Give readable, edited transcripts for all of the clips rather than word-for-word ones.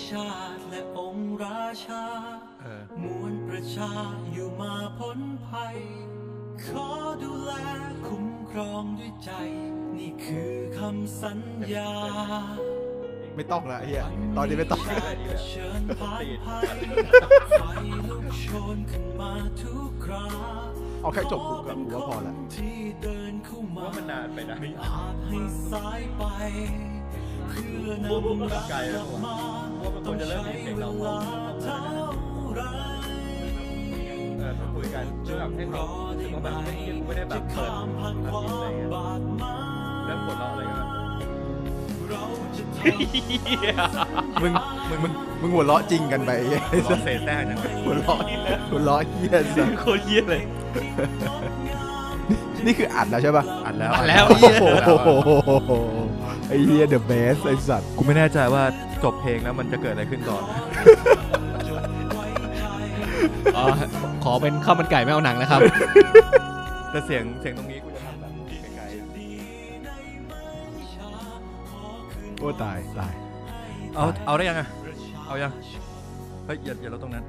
ชาติและองค์ราชามวลประชาอยู่มาพ้นภัยขอดูแลคุ้มครองด้วยใจนี่คือคำสัญญาไม่ต้องละเฮียตอนนี้ไม่ต้องเชิญผ่านภัยไฟลุกโชนขึ้นมาทุกคราเอาแค่จบกูกับกูก็พอละที่เดินเข้ามาว่ามันนานไปนะไม่อาจให้สายไปเพื่อนำรักกลับมาต้องใช้เวลาเท่าไรคุยกันเรื่องให้เขาถึงว่าแบบไม่ได้แบบเปิดอะไรเงี้ยเรื่องปวดร้อนอะไรกันมึงหัวเราะจริงกันไปหัวเราะเศษแท้จังหัวเราะเฮี้ยซะโคตรเฮี้ยเลยนี่คืออัดแล้วใช่ป่ะอัดแล้วไอ้เฮี้ย The Best ไอ้สัตว์กูไม่แน่ใจว่าจบเพลงแล้วมันจะเกิดอะไรขึ้นก่อนขอเป็นข้าวมันไก่ไม่เอาหนังนะครับแต่เสียงตรงนี้กูจะทำแบบไกลโอ้ตายเอาได้ยังอ่ะเอายังเฮ้ยอย่าลดตรงนั้น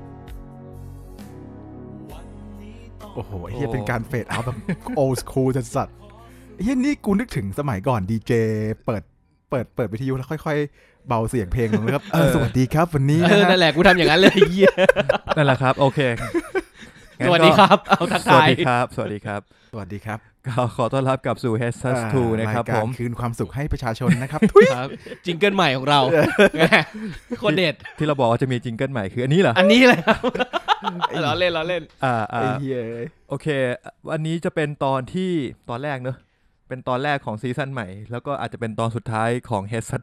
โอ้โหเฮียเป็นการเฟดเอาแบบโอลด์สคูลสัสๆเฮียนี่กูนึกถึงสมัยก่อนดีเจเปิดวิทยุแล้วค่อยๆเบาเสียงเพลงลงนะครับสวัสดีครับวันนี้นั่นแหละกูทำอย่างนั้นเลยเฮียนั่นแหละครับโอเคสวัสดีครับเอาทักทายสวัสดีครับสวัสดีครับขอต้อนรับกลับสู่ Headsus 2 นะครับผมคืนความสุขให้ประชาชนนะครับจิงเกิลใหม่ของเราโคตรเด็ดที่เราบอกว่าจะมีจิงเกิลใหม่คืออันนี้เหรออันนี้เลยครับเราเล่นโอเควันนี้จะเป็นตอนแรกเนอะเป็นตอนแรกของซีซั่นใหม่แล้วก็อาจจะเป็นตอนสุดท้ายของ Headsus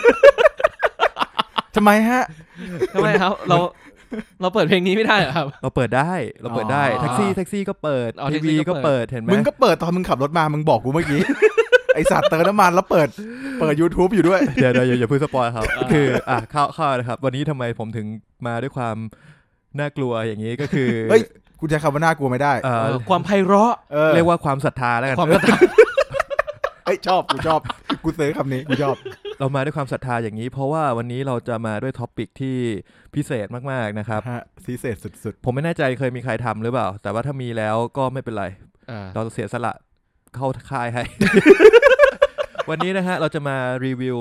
2 ทำไมฮะทำไมครับเราเปิดเพลงนี้ไม่ได้เหรอครับเราเปิดได้แท็กซี่ก็เปิดทีวีก็เปิดเห็นไหมมึงก็เปิดตอนมึงขับรถมามึงบอกกูเมื่อกี้ไอสัตว์เติมน้ำมันแล้วเปิด YouTube อยู่ด้วยเดี๋ยวอย่าเพิ่งสปอยครับคือเข้านะครับวันนี้ทำไมผมถึงมาด้วยความน่ากลัวอย่างนี้ก็คือเฮ้ยกูจะคำว่าน่ากลัวไม่ได้ความไพเราะเรียกว่าความศรัทธาแล้วกันความศรัทธาชอบกูซื้อคำนี้กูชอบเรามาด้วยความศรัทธาอย่างนี้เพราะว่าวันนี้เราจะมาด้วยท็อปิกที่พิเศษมากๆนะครับพิเศษสุดๆผมไม่แน่ใจเคยมีใครทำหรือเปล่าแต่ว่าถ้ามีแล้วก็ไม่เป็นไรเราเสียสละเข้าค่ายให้ วันนี้นะฮะเราจะมารีวิว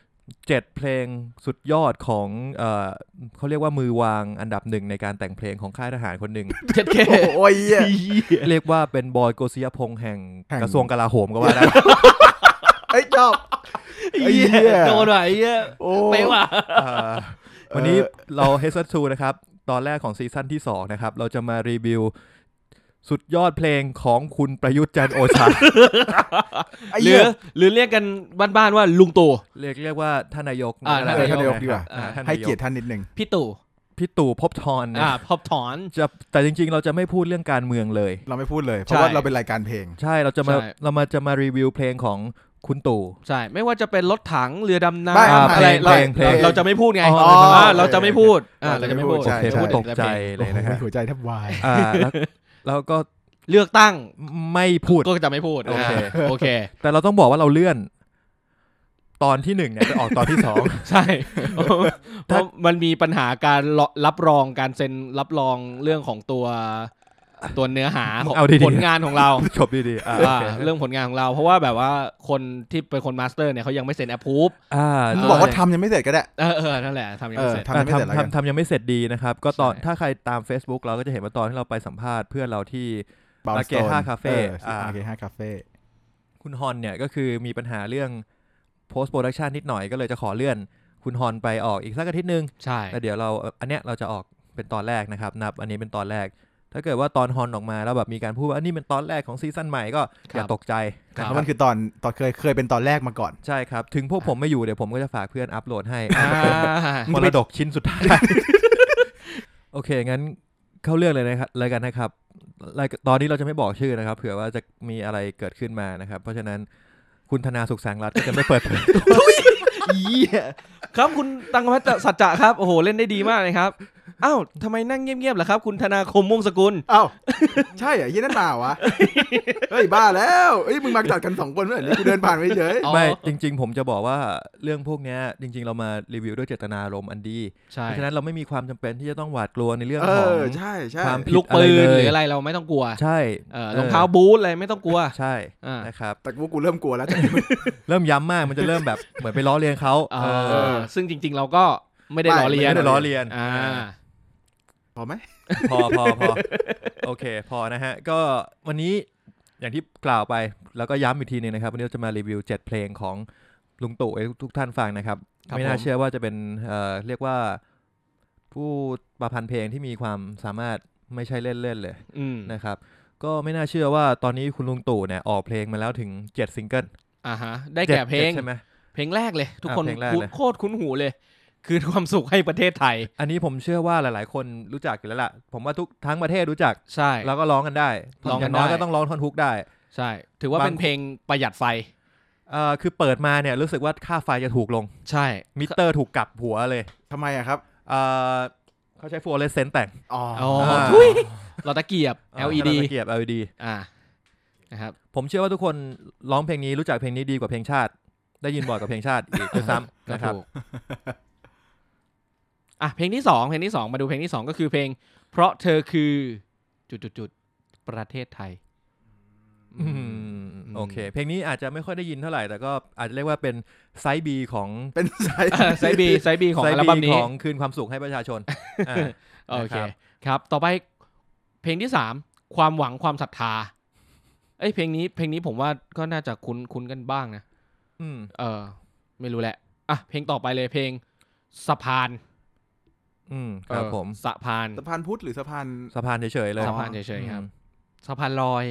7เพลงสุดยอดของเขาเรียกว่ามือวางอันดับ1ในการแต่งเพลงของค่ายทหารคนหนึ่ง 7K โอ้ยเรียกว่าเป็นบอยโกศิยพงษ์แห่งกระทรวงกลาโหมก็ว่าได้ชอบโดนว่ะไอ้เหี้ยเป๊ะว่ะวันนี้เรา Headsus 2 นะครับตอนแรกของซีซั่นที่2นะครับเราจะมารีวิวสุดยอดเพลงของคุณประยุทธ์จันทร์โอชาหรือเรียกกันบ้านๆว่าลุงตู่เรียกว่าท่านนายกท่านนายกดีกว่าให้เกียรติท่านนิดนึงพี่ตู่ภพธรภพธรแต่จริงๆเราจะไม่พูดเรื่องการเมืองเลยเราไม่พูดเลยเพราะว่าเราเป็นรายการเพลงใช่เราจะมารีวิวเพลงของคุณตู่ใช่ไม่ว่าจะเป็นรถถังเรือดำน้ำอะไรเราจะไม่พูดไงเราจะไม่พูดเราจะไม่พูดตกใจเลยนะฮะหัวใจแทบวายแล้วก็เลือกตั้งไม่พูดก็จะไม่พูดโอเคแต่เราต้องบอกว่าเราเลื่อนตอนที่1เนี่ยไปออกตอนที่2 ใช่เพราะมันมีปัญหาการรับรองการเซ็นรับรองเรื่องของตัวเนื้อหาของผลงานของเราจบดีๆเรื่องผลงานของเราเพราะว่าแบบว่าคนที่เป็นคนมาสเตอร์เนี่ยเขายังไม่เซ็นแอปพูฟบอกว่าทำยังไม่เสร็จก็ได้นั่นแหละทำยังไม่เสร็จทำยังไม่เสร็จดีนะครับก็ตอนถ้าใครตาม Facebook เราก็จะเห็นว่าตอนที่เราไปสัมภาษณ์เพื่อนเราที่อาเกฮาคาเฟ่คุณฮอนเนี่ยก็คือมีปัญหาเรื่อง post production นิดหน่อยก็เลยจะขอเลื่อนคุณฮอนไปออกอีกสักอาทิตย์นึงใช่แล้วเดี๋ยวอันเนี้ยเราจะออกเป็นตอนแรกนะครับนับอันนี้เป็นตอนแรกถ้าเกิดว่าตอนฮอนออกมาแล้วแบบมีการพูดว่าอันนี้เป็นตอนแรกของซีซั่นใหม่ก็อย่าตกใจเพราะมันคือตอนเคยเป็นตอนแรกมาก่อนใช่ครับถึงพวกผมไม่อยู่เดี๋ยวผมก็จะฝากเพื่อนอัปโหลดให้มรดกชิ้นสุดท้ายโอเคงั้นเข้าเรื่องเลยนะครับรายการนะครับตอนนี้เราจะไม่บอกชื่อนะครับเผื่อว่าจะมีอะไรเกิดขึ้นมานะครับเพราะฉะนั้นคุณธนาสุขแสงรัตน์ก็จะไม่เปิดเผยครับคุณตังคพัฒน์สัจจะครับโอ้โหเล่นได้ดีมากเลยครับอ้าวทำไมนั่งเงียบๆล่ะครับคุณธนาคมม่วงสกุลอ้าวใช่เหรอยี่นั่นมาวะเฮ้ยบ้าแล้วเฮ้ยมึงมาจัดกัน2คนเมื่อไหร่กูเดินผ่านไปเฉยไม่จริงๆผมจะบอกว่าเรื่องพวกนี้จริงๆเรามารีวิวด้วยเจตนารมณ์อันดีเพราะฉะนั้นเราไม่มีความจำเป็นที่จะต้องหวาดกลัวในเรื่องของความผิดลูกปืนหรืออะไรเราไม่ต้องกลัวใช่รองเท้าบูทอะไรไม่ต้องกลัวใช่นะครับแต่กูเริ่มกลัวแล้วเริ่มย้ำมากมันจะเริ่มแบบเหมือนไปล้อเลียนเขาซึ่งจริงๆเราก็ไม่ได้ล้อเลียนพอไหมพอโอเคพอนะฮะก็วันนี้อย่างที่กล่าวไปแล้วก็ย้ำอีกทีนึงนะครับวันนี้เราจะมารีวิว7เพลงของลุงตู่ให้ทุกท่านฟังนะครับไม่น่าเชื่อว่าจะเป็นเรียกว่าผู้ประพันธ์เพลงที่มีความสามารถไม่ใช่เล่นๆเลยนะครับก็ไม่น่าเชื่อว่าตอนนี้คุณลุงตู่เนี่ยออกเพลงมาแล้วถึง7ซิงเกิลฮะได้แก่เพลงใช่ไหมเพลงแรกเลยทุกคนโคตรคุ้นหูเลยคือความสุขให้ประเทศไทยอันนี้ผมเชื่อว่าหลายๆคนรู้จักอยู่แล้วล่ะผมว่าทั้งประเทศรู้จักใช่แล้วก็ร้องกันได้อย่างน้อยก็ต้องร้องท่อนฮุกได้ใช่ถือว่าเป็นเพลงประหยัดไฟคือเปิดมาเนี่ยรู้สึกว่าค่าไฟจะถูกลงใช่มิเตอร์ถูกกลับหัวเลยทำไมอะครับเขาใช้ฟลูออเรสเซนต์แต่งทุยเราตะเกียบ LED ตะเกียบ LED นะครับผมเชื่อว่าทุกคนร้องเพลงนี้รู้จักเพลงนี้ดีกว่าเพลงชาติได้ยินบ่อยกว่าเพลงชาติอีกด้วยซ้ำนะครับเพลงที่2มาดูเพลงที่2ก็คือเพลงเพราะเธอคือจุดประเทศไทยโอเคเพลงนี้อาจจะไม่ค่อยได้ยินเท่าไหร่แต่ก็อาจจะเรียกว่าเป็นไซส์ B ของเป็นไซส์ B ของอัลบั้มนี้ของคืนความสุขให้ประชาชนโอเคครับต่อไปเพลงที่3ความหวังความศรัทธาเพลงนี้ผมว่าก็น่าจะคุ้นกันบ้างนะไม่รู้แหละเพลงต่อไปเลยเพลงสะพานครับผมสะพานพุทธหรือสะพานเฉยๆเลยสะพานเฉยๆครับสะพานลอย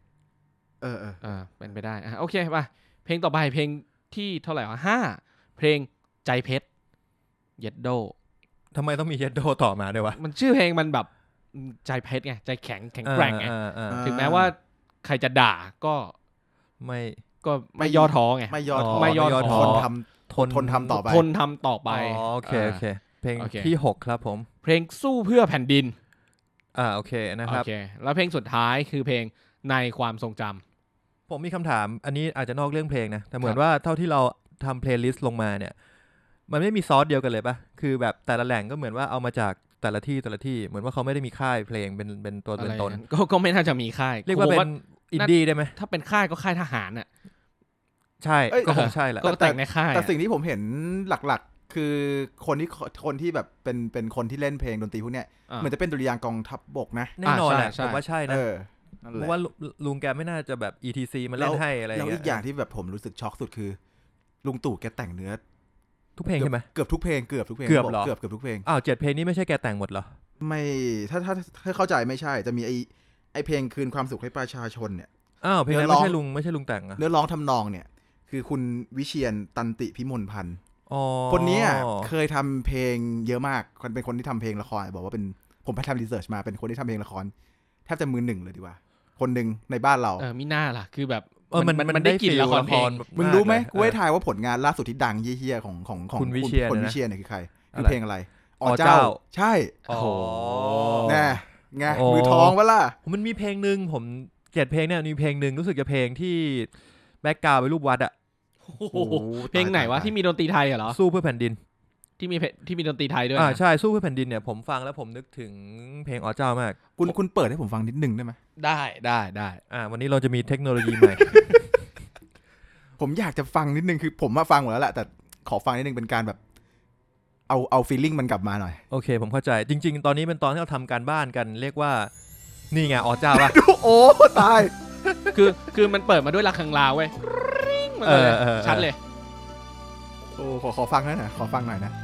เป็นไปได้โอเคป่ะเพลงต่อไปเพลงที่เท่าไหร่5เพลงใจเพชรเย็ดโดทำไมต้องมีเย็ดโดต่อมาด้วยวะมันชื่อเพลงมันแบบใจเพชรไงใจแข็งแกร่งไงถึงแม้ว่าใครจะด่าก็ไม่ย่อท้อไงไม่ย่อท้อทนทำต่อไปโอเคเพลงที่6ครับผมเพลงสู้เพื่อแผ่นดินโอเคนะครับโอเคแล้วเพลงสุดท้ายคือเพลงในความทรงจำผมมีคำถามอันนี้อาจจะนอกเรื่องเพลงนะแต่เหมือนว่าเท่าที่เราทำเพลย์ลิสต์ลงมาเนี่ยมันไม่มีซอสเดียวกันเลยป่ะคือแบบแต่ละแหล่งก็เหมือนว่าเอามาจากแต่ละที่เหมือนว่าเขาไม่ได้มีค่ายเพลงเป็นตัวตนก็ไม่น่าจะมีค่ายเรียกว่าเป็นอินดี้ได้ไหมถ้าเป็นค่ายก็ค่ายทหารน่ะใช่ก็คงใช่แหละก็แต่งในค่ายแต่สิ่งที่ผมเห็นหลักๆคือคนที่แบบเป็นคนที่เล่นเพลงดนตรีพวกเนี้ยเหมือนจะเป็นดุริยางค์กองทัพบกนะแน่นอนแหละผมว่าใช่นะเพราะว่าลุงแกไม่น่าจะแบบ ETC มาเล่นให้อะไรอย่างเงี้ยแล้วอีกอย่างที่แบบผมรู้สึกช็อกสุดคือลุงตู่แกแต่งเนื้อทุกเพลงใช่ไหมเกือบทุกเพลงเกือบทุกเพลง 7เพลงนี้ไม่ใช่แกแต่งหมดเหรอไม่ถ้าเข้าใจไม่ใช่จะมีไอเพลงคืนความสุขให้ประชาชนเนี่ยเพลงนั้นไม่ใช่ลุงแต่งเนื้อร้องทำนองเนี่ยคือคุณวิเชียรตันติพิมลพันธ์คนนี้เคยทำเพลงเยอะมากเป็นคนที่ทำเพลงละครบอกว่าเป็นผมไปทำรีเสิร์ชมาเป็นคนที่ทำเพลงละครแทบจะมือหนึ่งเลยดีกว่าคนหนึ่งในบ้านเรามิน่าล่ะคือแบบมันได้กลิ่นละครเพลงมึงรู้ไหมกูให้ทายว่าผลงานล่าสุดที่ดังเยี่ยๆของคุณวิเชียรเนี่ยคือใครคือเพลงอะไรเจ้าใช่โอ้โหไงมือทองวะล่ะมันมีเพลงนึงผม7เพลงเนี่ยมีเพลงนึงรู้สึกจะเพลงที่แบ็คกราวด์เป็นรูปวัดอ่ะเพลงไหนวะที่มีดนตรีไทยเหรอสู้เพื่อแผ่นดินที่มีดนตรีไทยด้วยใช่สู้เพื่อแผ่นดินเนี่ยผมฟังแล้วผมนึกถึงเพลงเจ้ามากคุณเปิดให้ผมฟังนิดนึงได้ไหมได้วันนี้เราจะมีเทคโนโลยีใหม่ผมอยากจะฟังนิดนึงคือผมมาฟังหมดแล้วแหละแต่ขอฟังนิดนึงเป็นการแบบเอาฟีลลิ่งมันกลับมาหน่อยโอเคผมเข้าใจจริงๆตอนนี้เป็นตอนที่เราทำการบ้านกันเรียกว่านี่ไงเจ้าป่ะโอ้ตายคือมันเปิดมาด้วยระฆังลาวเว้ยชัดเลยโอ้ขอฟังหน่อยนะขอฟังหน่อยนะ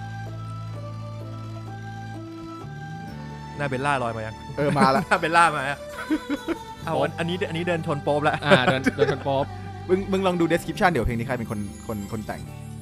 หน้าเบลล่าลอยมายังมาแล้วหน้าเบลล่ามาอันนี้เดินชนโป๊บแล้วเดินชนโป๊บมึงลองดู description เดี๋ยวเพลงนี้ใครเป็นคนแต่ง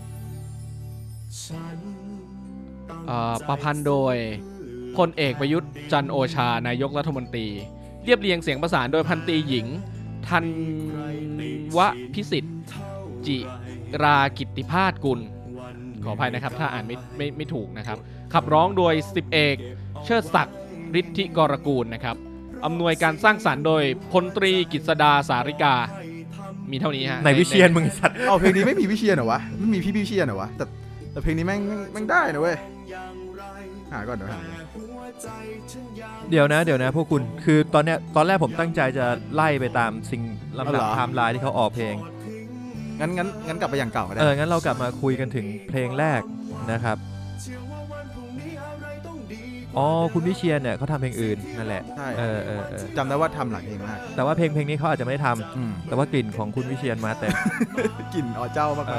ประพันธ์โดยพลเอกประยุทธ์จันทร์โอชานายกรัฐมนตรีเรียบเรียงเสียงประสานโดยพันตรีหญิงธัญวพิสิทธิ์จิรากิตติพาสกุลขออภัยนะครับถ้าอ่านไม่ถูกนะครับขับร้องโดย10เอกเชิดศักดิ์ฤทธิกรกูลนะครับอำนวยการสร้างสรรค์โดยพลตรีกฤษดาสาริกามีเท่านี้ฮะในวิเชียรมึงสัตว์เอาเพลงนี้ไม่มีวิเชียรเหรอวะไม่มีพี่วิเชียรเหรอวะแต่เพลงนี้แม่งได้นะเว้ยหาก่อนเดี๋ยวนะพวกคุณคือตอนแรกผมตั้งใจจะไล่ไปตามสิ่งลำดับไทม์ไลน์ที่เขาออกเพลงงั้นกลับไปอย่างเก่าก็ได้งั้นเรากลับมาคุยกันถึงเพลงแรกนะครับอ๋อคุณวิเชียรเนี่ยเขาทำเพลงอื่นนั่นแหละใช่จำได้ว่าทำหลายเพลงมากแต่ว่าเพลงนี้เขาอาจจะไม่ได้ทำแต่ว่ากลิ่นของคุณวิเชียรมาเต็มกลิ่นอ๋อเจ้ามาก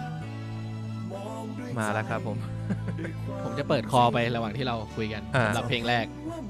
มาแล้วครับผมจะเปิดคอไประหว่างที่เราคุยกันสำหรับเพลงแรก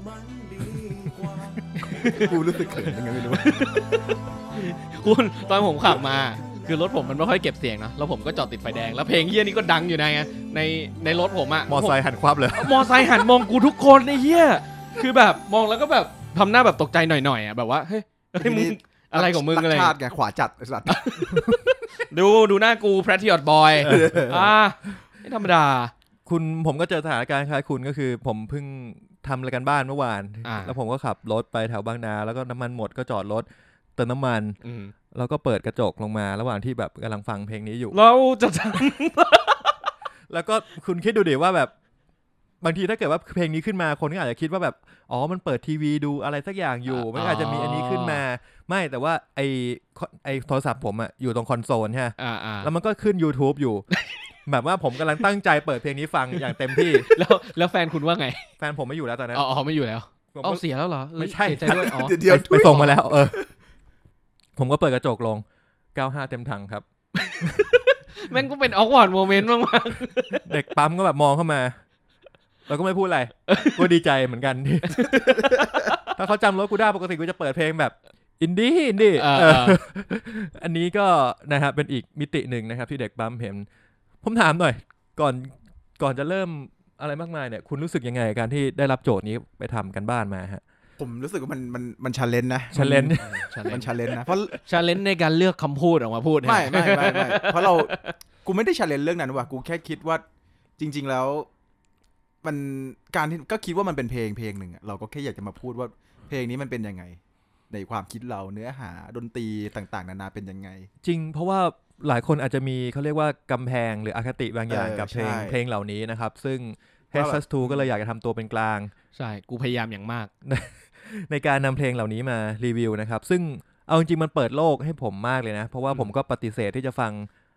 กูรู้สึกเขินยังไงไม่รู้คุณตอนผมขับมาคือรถผมมันไม่ค่อยเก็บเสียงนะแล้วผมก็จอดติดไฟแดงแล้วเพลงเฮียนี่ก็ดังอยู่ในรถผมอะมอไซค์หันควับเลยมอไซค์หันมองกูทุกคนไอ้เฮียคือแบบมองแล้วก็แบบทำหน้าแบบตกใจหน่อยๆอะแบบว่าเฮ้ยมึงอะไรของมึงอะไรชาติไงขวาจัดไอ้สัตว์ดูหน้ากูแพรทิออตบอยไม่ธรรมดาผมก็เจอสถานการณ์คล้ายคุณก็คือผมเพิ่งทำรายการบ้านเมื่อวานแล้วผมก็ขับรถไปแถวบางนาแล้วก็น้ำมันหมดก็จอดรถเติมน้ำมันแล้วก็เปิดกระจกลงมาระหว่างที่แบบกำลังฟังเพลงนี้อยู่เราจะแล้วก็คุณคิดดูดิว่าแบบบางทีถ้าเกิดว่าเพลงนี้ขึ้นมาคนก็อาจจะคิดว่าแบบอ๋อมันเปิดทีวีดูอะไรสักอย่างอยู่มันอาจจะมีอันนี้ขึ้นมาไม่แต่ว่าไอโทรศัพท์ผมอะอยู่ตรงคอนโซลใช่แล้วมันก็ขึ้น YouTube อยู่แบบว่าผมกำลังตั้งใจเปิดเพลงนี้ฟังอย่างเต็มที่แล้วแฟนคุณว่าไงแฟนผมไม่อยู่แล้วตอนนั้นอ๋อไม่อยู่แล้วเอาเสียแล้วเหรอไม่ใช่ใจด้วยอ๋อเดี๋ยวไปส่งมาแล้วผมก็เปิดกระจกลง95เต็มถังครับแม่งก็เป็นออกวอร์ดโมเมนต์มากๆเด็กปั๊มก็แบบมองเข้ามาเราก็ไม่พูดอะไรก็ดีใจเหมือนกันถ้าเขาจำรถกูได้ปกติกูจะเปิดเพลงแบบอินดี้อันนี้ก็นะครับเป็นอีกมิติหนึ่งนะครับที่เด็กปั๊มเห็นผมถามหน่อยก่อนจะเริ่มอะไรมากมายเนี่ยคุณรู้สึกยังไงการที่ได้รับโจทย์นี้ไปทำกันบ้านมาฮะผมรู้สึกว่ามันชันเลนนะชันเลนมันชันเลนนะเพราะชันเลนในการเลือกคำพูดออกมาพูดไม่เพราะกูไม่ได้ชันเลนเรื่องนั้นว่ะกูแค่คิดว่าจริงๆแล้วมันการที่ก็คิดว่ามันเป็นเพลงหนึ่งเราก็แค่อยากจะมาพูดว่าเพลงนี้มันเป็นยังไงในความคิดเราเนื้อหาดนตรีต่างๆนานาเป็นยังไงจริงเพราะว่าหลายคนอาจจะมีเขาเรียกว่ากำแพงหรืออคติบางอย่างกับเพลงเหล่านี้นะครับซึ่ง HS2 ก็เลยอยากจะทำตัวเป็นกลางใช่กูพยายามอย่างมากในการนำเพลงเหล่านี้มารีวิวนะครับซึ่งเอาจริงๆมันเปิดโลกให้ผมมากเลยนะเพราะว่าผมก็ปฏิเสธที่จะฟัง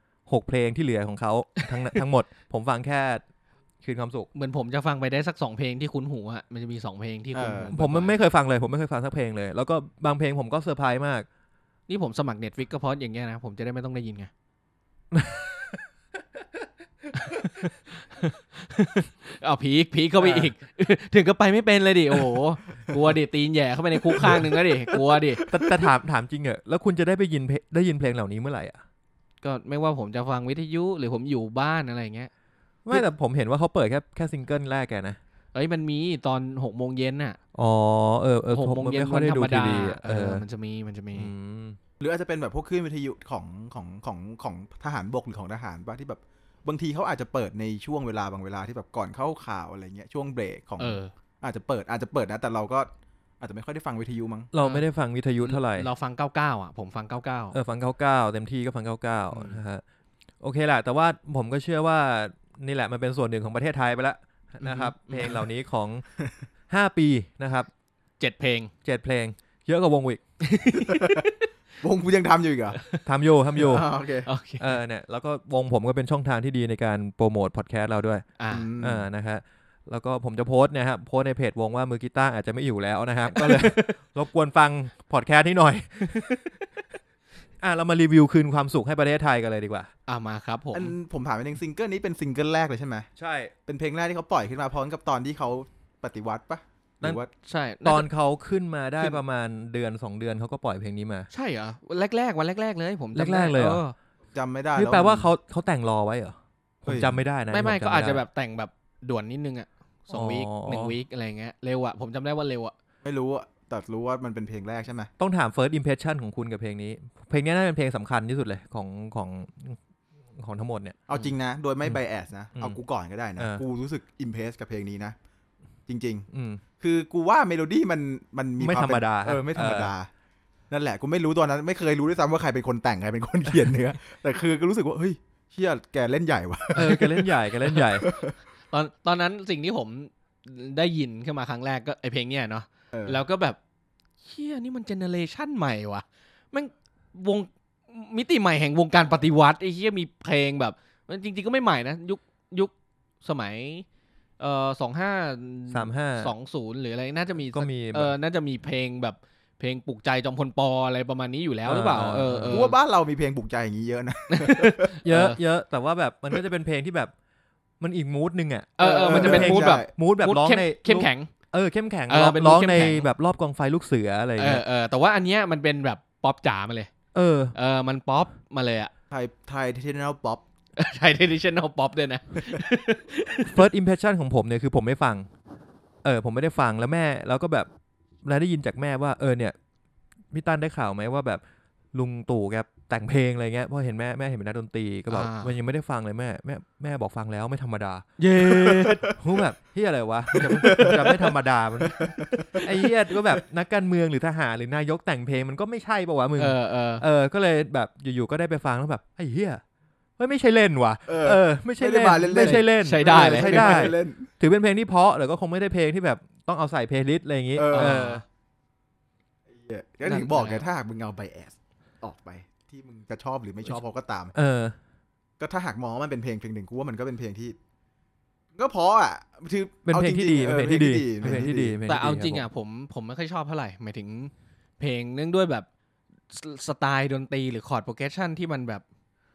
6เพลงที่เหลือของเขาทั้งหมดผมฟังแค่คืนความสุขเหมือนผมจะฟังไปได้สัก2เพลงที่คุ้นหูอะมันจะมี2เพลงที่คุ้นหูผมไม่เคยฟังเลยผมไม่เคยฟังสักเพลงเลยแล้วก็บางเพลงผมก็เซอร์ไพรส์มากนี่ผมสมัคร Netflix ก็เพราะอย่างเงี้ยนะผมจะได้ไม่ต้องได้ยินไงเอาพีคเข้าไปอีกถึงก็ไปไม่เป็นเลยดิโอ้โหกลัวดิตีนแย่เข้าไปในคุกข้างนึงแล้วดิกลัวดิแต่ถามจริงเหรอแล้วคุณจะได้ยินเพลงเหล่านี้เมื่อไหร่อ่ะก็ไม่ว่าผมจะฟังวิทยุหรือผมอยู่บ้านอะไรอย่างเงี้ยไม่แต่ผมเห็นว่าเขาเปิดแค่ซิงเกิลแรกแกนะมันมีตอน 6:00 นน่ะอ๋อ 6:00 นไม่ค่อยได้ดูทีวีมันจะมีหรืออาจจะเป็นแบบพวกคลื่นวิทยุของทหารบกหรือของทหารป่ะที่แบบบางทีเขาอาจจะเปิดในช่วงเวลาบางเวลาที่แบบก่อนเข้าข่าวอะไรเงี้ยช่วงเบรกของอาจจะเปิดนะแต่เราก็อาจจะไม่ค่อยได้ฟังวิทยุมั้งเราไม่ได้ฟังวิทยุเท่าไหร่เราฟัง99อ่ะผมฟัง99 ฟัง99เต็มที่ก็ฟัง99นะฮะโอเคแหละแต่ว่าผมก็เชื่อว่านี่แหละมันเป็นส่วนหนึ่งของประเทศไทยไปแล้วนะครับเพลงเหล่านี้ของ5ปีนะครับ 7เพลงเยอะกว่าวงวิกวงกูยังทำอยู่อีกเหรอทำอยู่โอเคเนี่ยแล้วก็วงผมก็เป็นช่องทางที่ดีในการโปรโมทพอดแคสต์เราด้วยนะครับแล้วก็ผมจะโพสต์นะครับโพสต์ในเพจวงว่ามือกีตาร์อาจจะไม่อยู่แล้วนะครับก็เลยรบกวนฟังพอดแคสต์นี้หน่อยเรามารีวิวคืนความสุขให้ประเทศไทยกันเลยดีกว่ามาครับผมถามนิดนึงซิงเกิลนี้เป็นซิงเกิลแรกเลยใช่ไหมใช่เป็นเพลงแรกที่เขาปล่อยขึ้นมาพร้อมกับตอนที่เขาปฏิวัติปะหรือว่าใช่ตอนเขาขึ้นมาได้ประมาณเดือน2เดือนเขาก็ปล่อยเพลงนี้มาใช่เหรอวันแรกเลยผมแรกเลยจำไม่ได้คือแปลว่าเขาแต่งรอไว้เหรอผมจำไม่ได้นะไม่ก็อาจจะแบบแต่งแบบด่วนนิดนึงอ่ะ2 วีค1 วีคอะไรเงี้ยเร็วอ่ะผมจำได้ว่าเร็วอ่ะไม่รู้อ่ะแต่รู้ว่ามันเป็นเพลงแรกใช่ไหมต้องถาม first impression ของคุณกับเพลงนี้เพลงนี้น่าเป็นเพลงสำคัญที่สุดเลยของทั้งหมดเนี่ยเอาจริงนะโดยไม่ bias นะเอากูก่อนก็ได้นะกูรู้สึก impress กับเพลงนี้นะจริงๆคือกูว่าเมโลดี้มันมีไม่ธรรมดาไม่ธรรมดานั่นแหละกูไม่รู้ตอนนั้นไม่เคยรู้ด้วยซ้ำว่าใครเป็นคนแต่งใครเป็นคนเขียนเนื้อแต่คือก็รู้สึกว่าเฮ้ยเชี่ยแกเล่นใหญ่ว่ะแกเล่นใหญ่ตอนนั้นสิ่งที่ผมได้ยินขึ้นมาครั้งแรกก็ไอเพลงเนี้ยเนาะแล้วก็แบบเชี่ยนี่มันเจเนเรชันใหม่ว่ะมันวงมิติใหม่แห่งวงการปฏิวัติไอ้เชี่ยมีเพลงแบบมันจริงๆก็ไม่ใหม่นะยุคสมัย2520หรืออะไรน่าจะมีน่าจะมีเพลงแบบเพลงปลุกใจจอมพลป.อะไรประมาณนี้อยู่แล้วหรือเปล่ากูว่าบ้านเรามีเพลงปลุกใจอย่างนี้เยอะนะเยอะแต่ว่าแบบมันก็จะเป็นเพลงที่แบบมันอีกมูดนึงอ่ะมันจะเป็นมูดแบบร้องในเข้มแข็งเข้มแข็งร้องในแบบรอบกองไฟลูกเสืออะไรอย่างเงี้ยแต่ว่าอันเนี้ยมันเป็นแบบป๊อปจ๋ามาเลยมันป๊อปมาเลยอ่ะไทยtraditional pop ไทย traditional pop ด้วยนะ first impression ของผมเนี่ยคือผมไม่ฟังผมไม่ได้ฟังแล้วก็แบบได้ยินจากแม่ว่าเนี่ยพี่ตั้นได้ข่าวไหมว่าแบบลุงตู่แกแต่งเพลงอะไรเงี้ยเพราะเห็นแม่เห็นเป็นนักดนตรีก็บอกมันยังไม่ได้ฟังเลยแม่บอกฟังแล้วไม่ธรรมดาเย้ผมแบบเฮียอะไรวะจะไม่ธรรมดามันไอ้เฮียก็แบบนักการเมืองหรือทหารหรือนายกแต่งเพลงมันก็ไม่ใช่ป่าววะมึงก็เลยแบบอยู่ๆก็ได้ไปฟังแล้วแบบไอ้เฮียไม่ใช่เล่นว่ะไม่ใช่เล่นไม่ใช่เล่นใช้ได้เลยใช้ได้ถือเป็นเพลงที่เพราะแต่ก็คงไม่ได้เพลงที่แบบต้องเอาใส่เพลย์ลิสต์อะไรอย่างงี้ก็ถึงบอกไงถ้าหากมึงเอาไบแอสออกไปที่มึงจะชอบหรือไม่ชอบเขาก็ตามก็ถ้าหากมองว่ามันเป็นเพลงหนึ่งกูว่ามันก็เป็นเพลงที่ก็เพราะอ่ะคือเป็นเพลงที่ดีเป็นเพลงที่ดีแต่เอาจริงอ่ะผมไม่ค่อยชอบเท่าไหร่หมายถึงเพลงเนื่องด้วยแบบสไตล์ดนตรีหรือคอร์ดโปรเกรสชันที่มันแบบ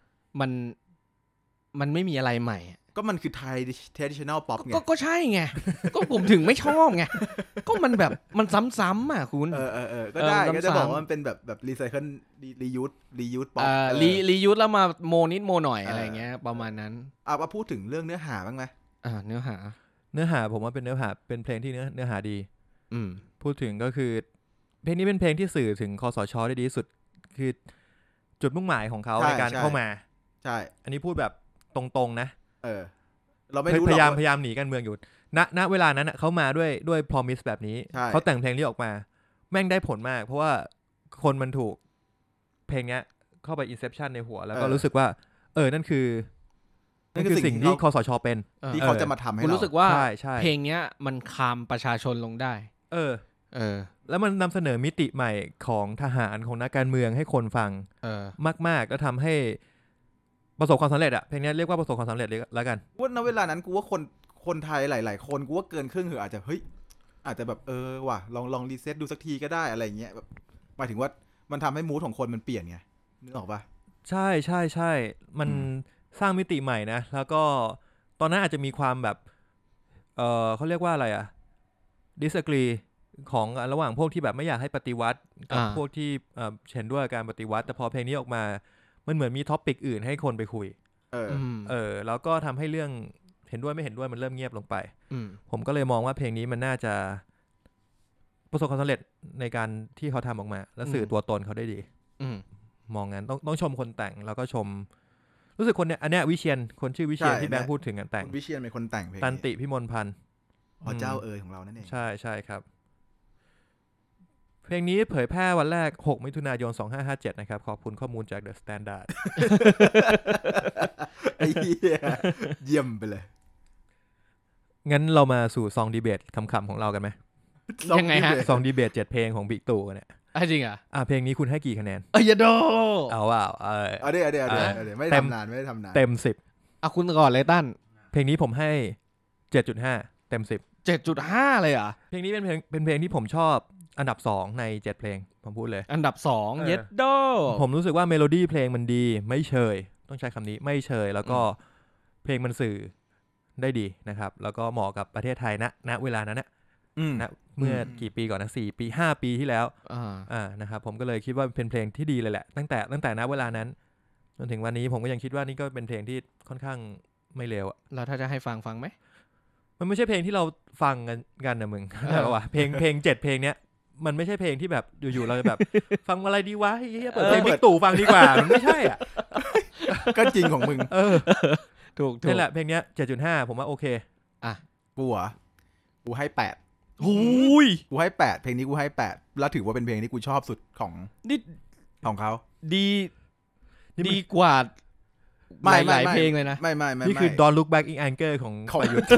มันไม่มีอะไรใหม่ก็มันคือไทย traditional pop ไงก็ใช่ไงก็ผมถึงไม่ชอบไงก็มันแบบมันซ้ำๆอ่ะคุณก็ได้ก็จะบอกว่ามันเป็นแบบรีไซเคิลรียูสป๊อปรียูสแล้วมาโมนิดโมหน่อยอะไรเงี้ยประมาณนั้นมาพูดถึงเรื่องเนื้อหาบ้างไหมเนื้อหาผมว่าเป็นเนื้อหาเป็นเพลงที่เนื้อหาดีพูดถึงก็คือเพลงนี้เป็นเพลงที่สื่อถึงคสช.ได้ดีที่สุดคือจุดมุ่งหมายของเขาในการเข้ามาใช่อันนี้พูดแบบตรงๆนะเราไม่รู้พยายามหนีกันเมืองอยู่ณเวลานั้นเขามาด้วย promise แบบนี้เขาแต่งเพลงนี้ออกมาแม่งได้ผลมากเพราะว่าคนมันถูกเพลงนี้เข้าไป inception ในหัวแล้วก็รู้สึกว่านั่นคือสิ่งที่คสช.เป็นที่เขาจะมาทำให้เรารู้สึกว่าเพลงนี้มันคามประชาชนลงได้แล้วมันนำเสนอมิติใหม่ของทหารของนักการเมืองให้คนฟังมากๆแล้วทำให้ประสบความสำเร็จอะเพลงนี้เรียกว่าประสบความสำเร็จเลยแล้วกันว่าณเวลานั้นกูว่าคนไทยหลายๆคนกูว่าเกินครึ่งอาจจะอาจจะแบบว่ะลองรีเซ็ตดูสักทีก็ได้อะไรเงี้ยแบบหมายถึงว่ามันทำให้มูดของคนมันเปลี่ยนไงนึกออกปะใช่มันสร้างมิติใหม่นะแล้วก็ตอนนั้นอาจจะมีความแบบเขาเรียกว่าอะไรอะ disagree ของระหว่างพวกที่แบบไม่อยากให้ปฏิวัติกับพวกที่เห็นด้วยการปฏิวัติแต่พอเพลงนี้ออกมามันเหมือนมีท็อปิกอื่นให้คนไปคุยแล้วก็ทำให้เรื่องเห็นด้วยไม่เห็นด้วยมันเริ่มเงียบลงไปผมก็เลยมองว่าเพลงนี้มันน่าจะประสบความสำเร็จในการที่เขาทำออกมาและสื่อตัวตนเขาได้ดีมองงั้นต้องชมคนแต่งแล้วก็ชมรู้สึกคนเนี้ยอันเนี้ยวิเชียรคนชื่อวิเชียรที่แบงค์พูดถึงกันแต่งวิเชียรเป็นคนแต่งเพลงตันติพิมลพันธ์พระเจ้าของเรานั่นเองใช่ครับเพลงนี้เผยแพร่วันแรก6มิถุนายน2557นะครับขอบคุณข้อมูลจาก The Standard ไอ้เหี้ยเยี่ยมไปเลยงั้นเรามาสู่ซองดีเบตขำๆของเรากันไหมยังไงฮะซองดีเบต7เพลงของบิ๊กตู่เนี่ยจริงอ่ะเพลงนี้คุณให้กี่คะแนนอย่าโดเอาเดี๋ยวไม่ได้ทำนานเต็ม10 คุณก่อนเลยตั้นเพลงนี้ผมให้ 7.5 เต็ม10 7.5 เลยเหรอเพลงนี้เป็นเพลงที่ผมชอบอันดับ2ใน7เพลงผมพูดเลยอันดับ2เย็ดโดผมรู้สึกว่าเมโลดี้เพลงมันดีไม่เชยต้องใช้คำนี้ไม่เชยแล้วก็เพลงมันสื่อได้ดีนะครับแล้วก็เหมาะกับประเทศไทยณเวลานั้นนะเมื่อกี่ปีก่อนนะ4 ปี 5 ปีที่แล้วนะครับผมก็เลยคิดว่าเป็นเพลงที่ดีเลยแหละตั้งแต่ณเวลานั้นจนถึงวันนี้ผมก็ยังคิดว่านี่ก็เป็นเพลงที่ค่อนข้างไม่เลวอ่ะแล้วถ้าจะให้ฟังไหมมันไม่ใช่เพลงที่เราฟังกันนะมึงแต่ว่าเพลง7เพลงเนี้ยมันไม่ใช่เพลงที่แบบอยู่ๆเราจะแบบฟังอะไรดีวะเฮ้ยเปิดเพลงบิ๊กตู่ฟังดีกว่ามันไม่ใช่อ่ะก็จริงของมึงถูกนี่แหละเพลงเนี้ย 7.5 ผมว่าโอเคกูกูให้8 หูยกูให้8เพลงนี้กูให้8แล้วถือว่าเป็นเพลงที่กูชอบสุดของนี่ของเขาดีกว่าหลายเพลงเลยนะไม่นี่คือ Don't Look Back in Anger ของประยุทธ์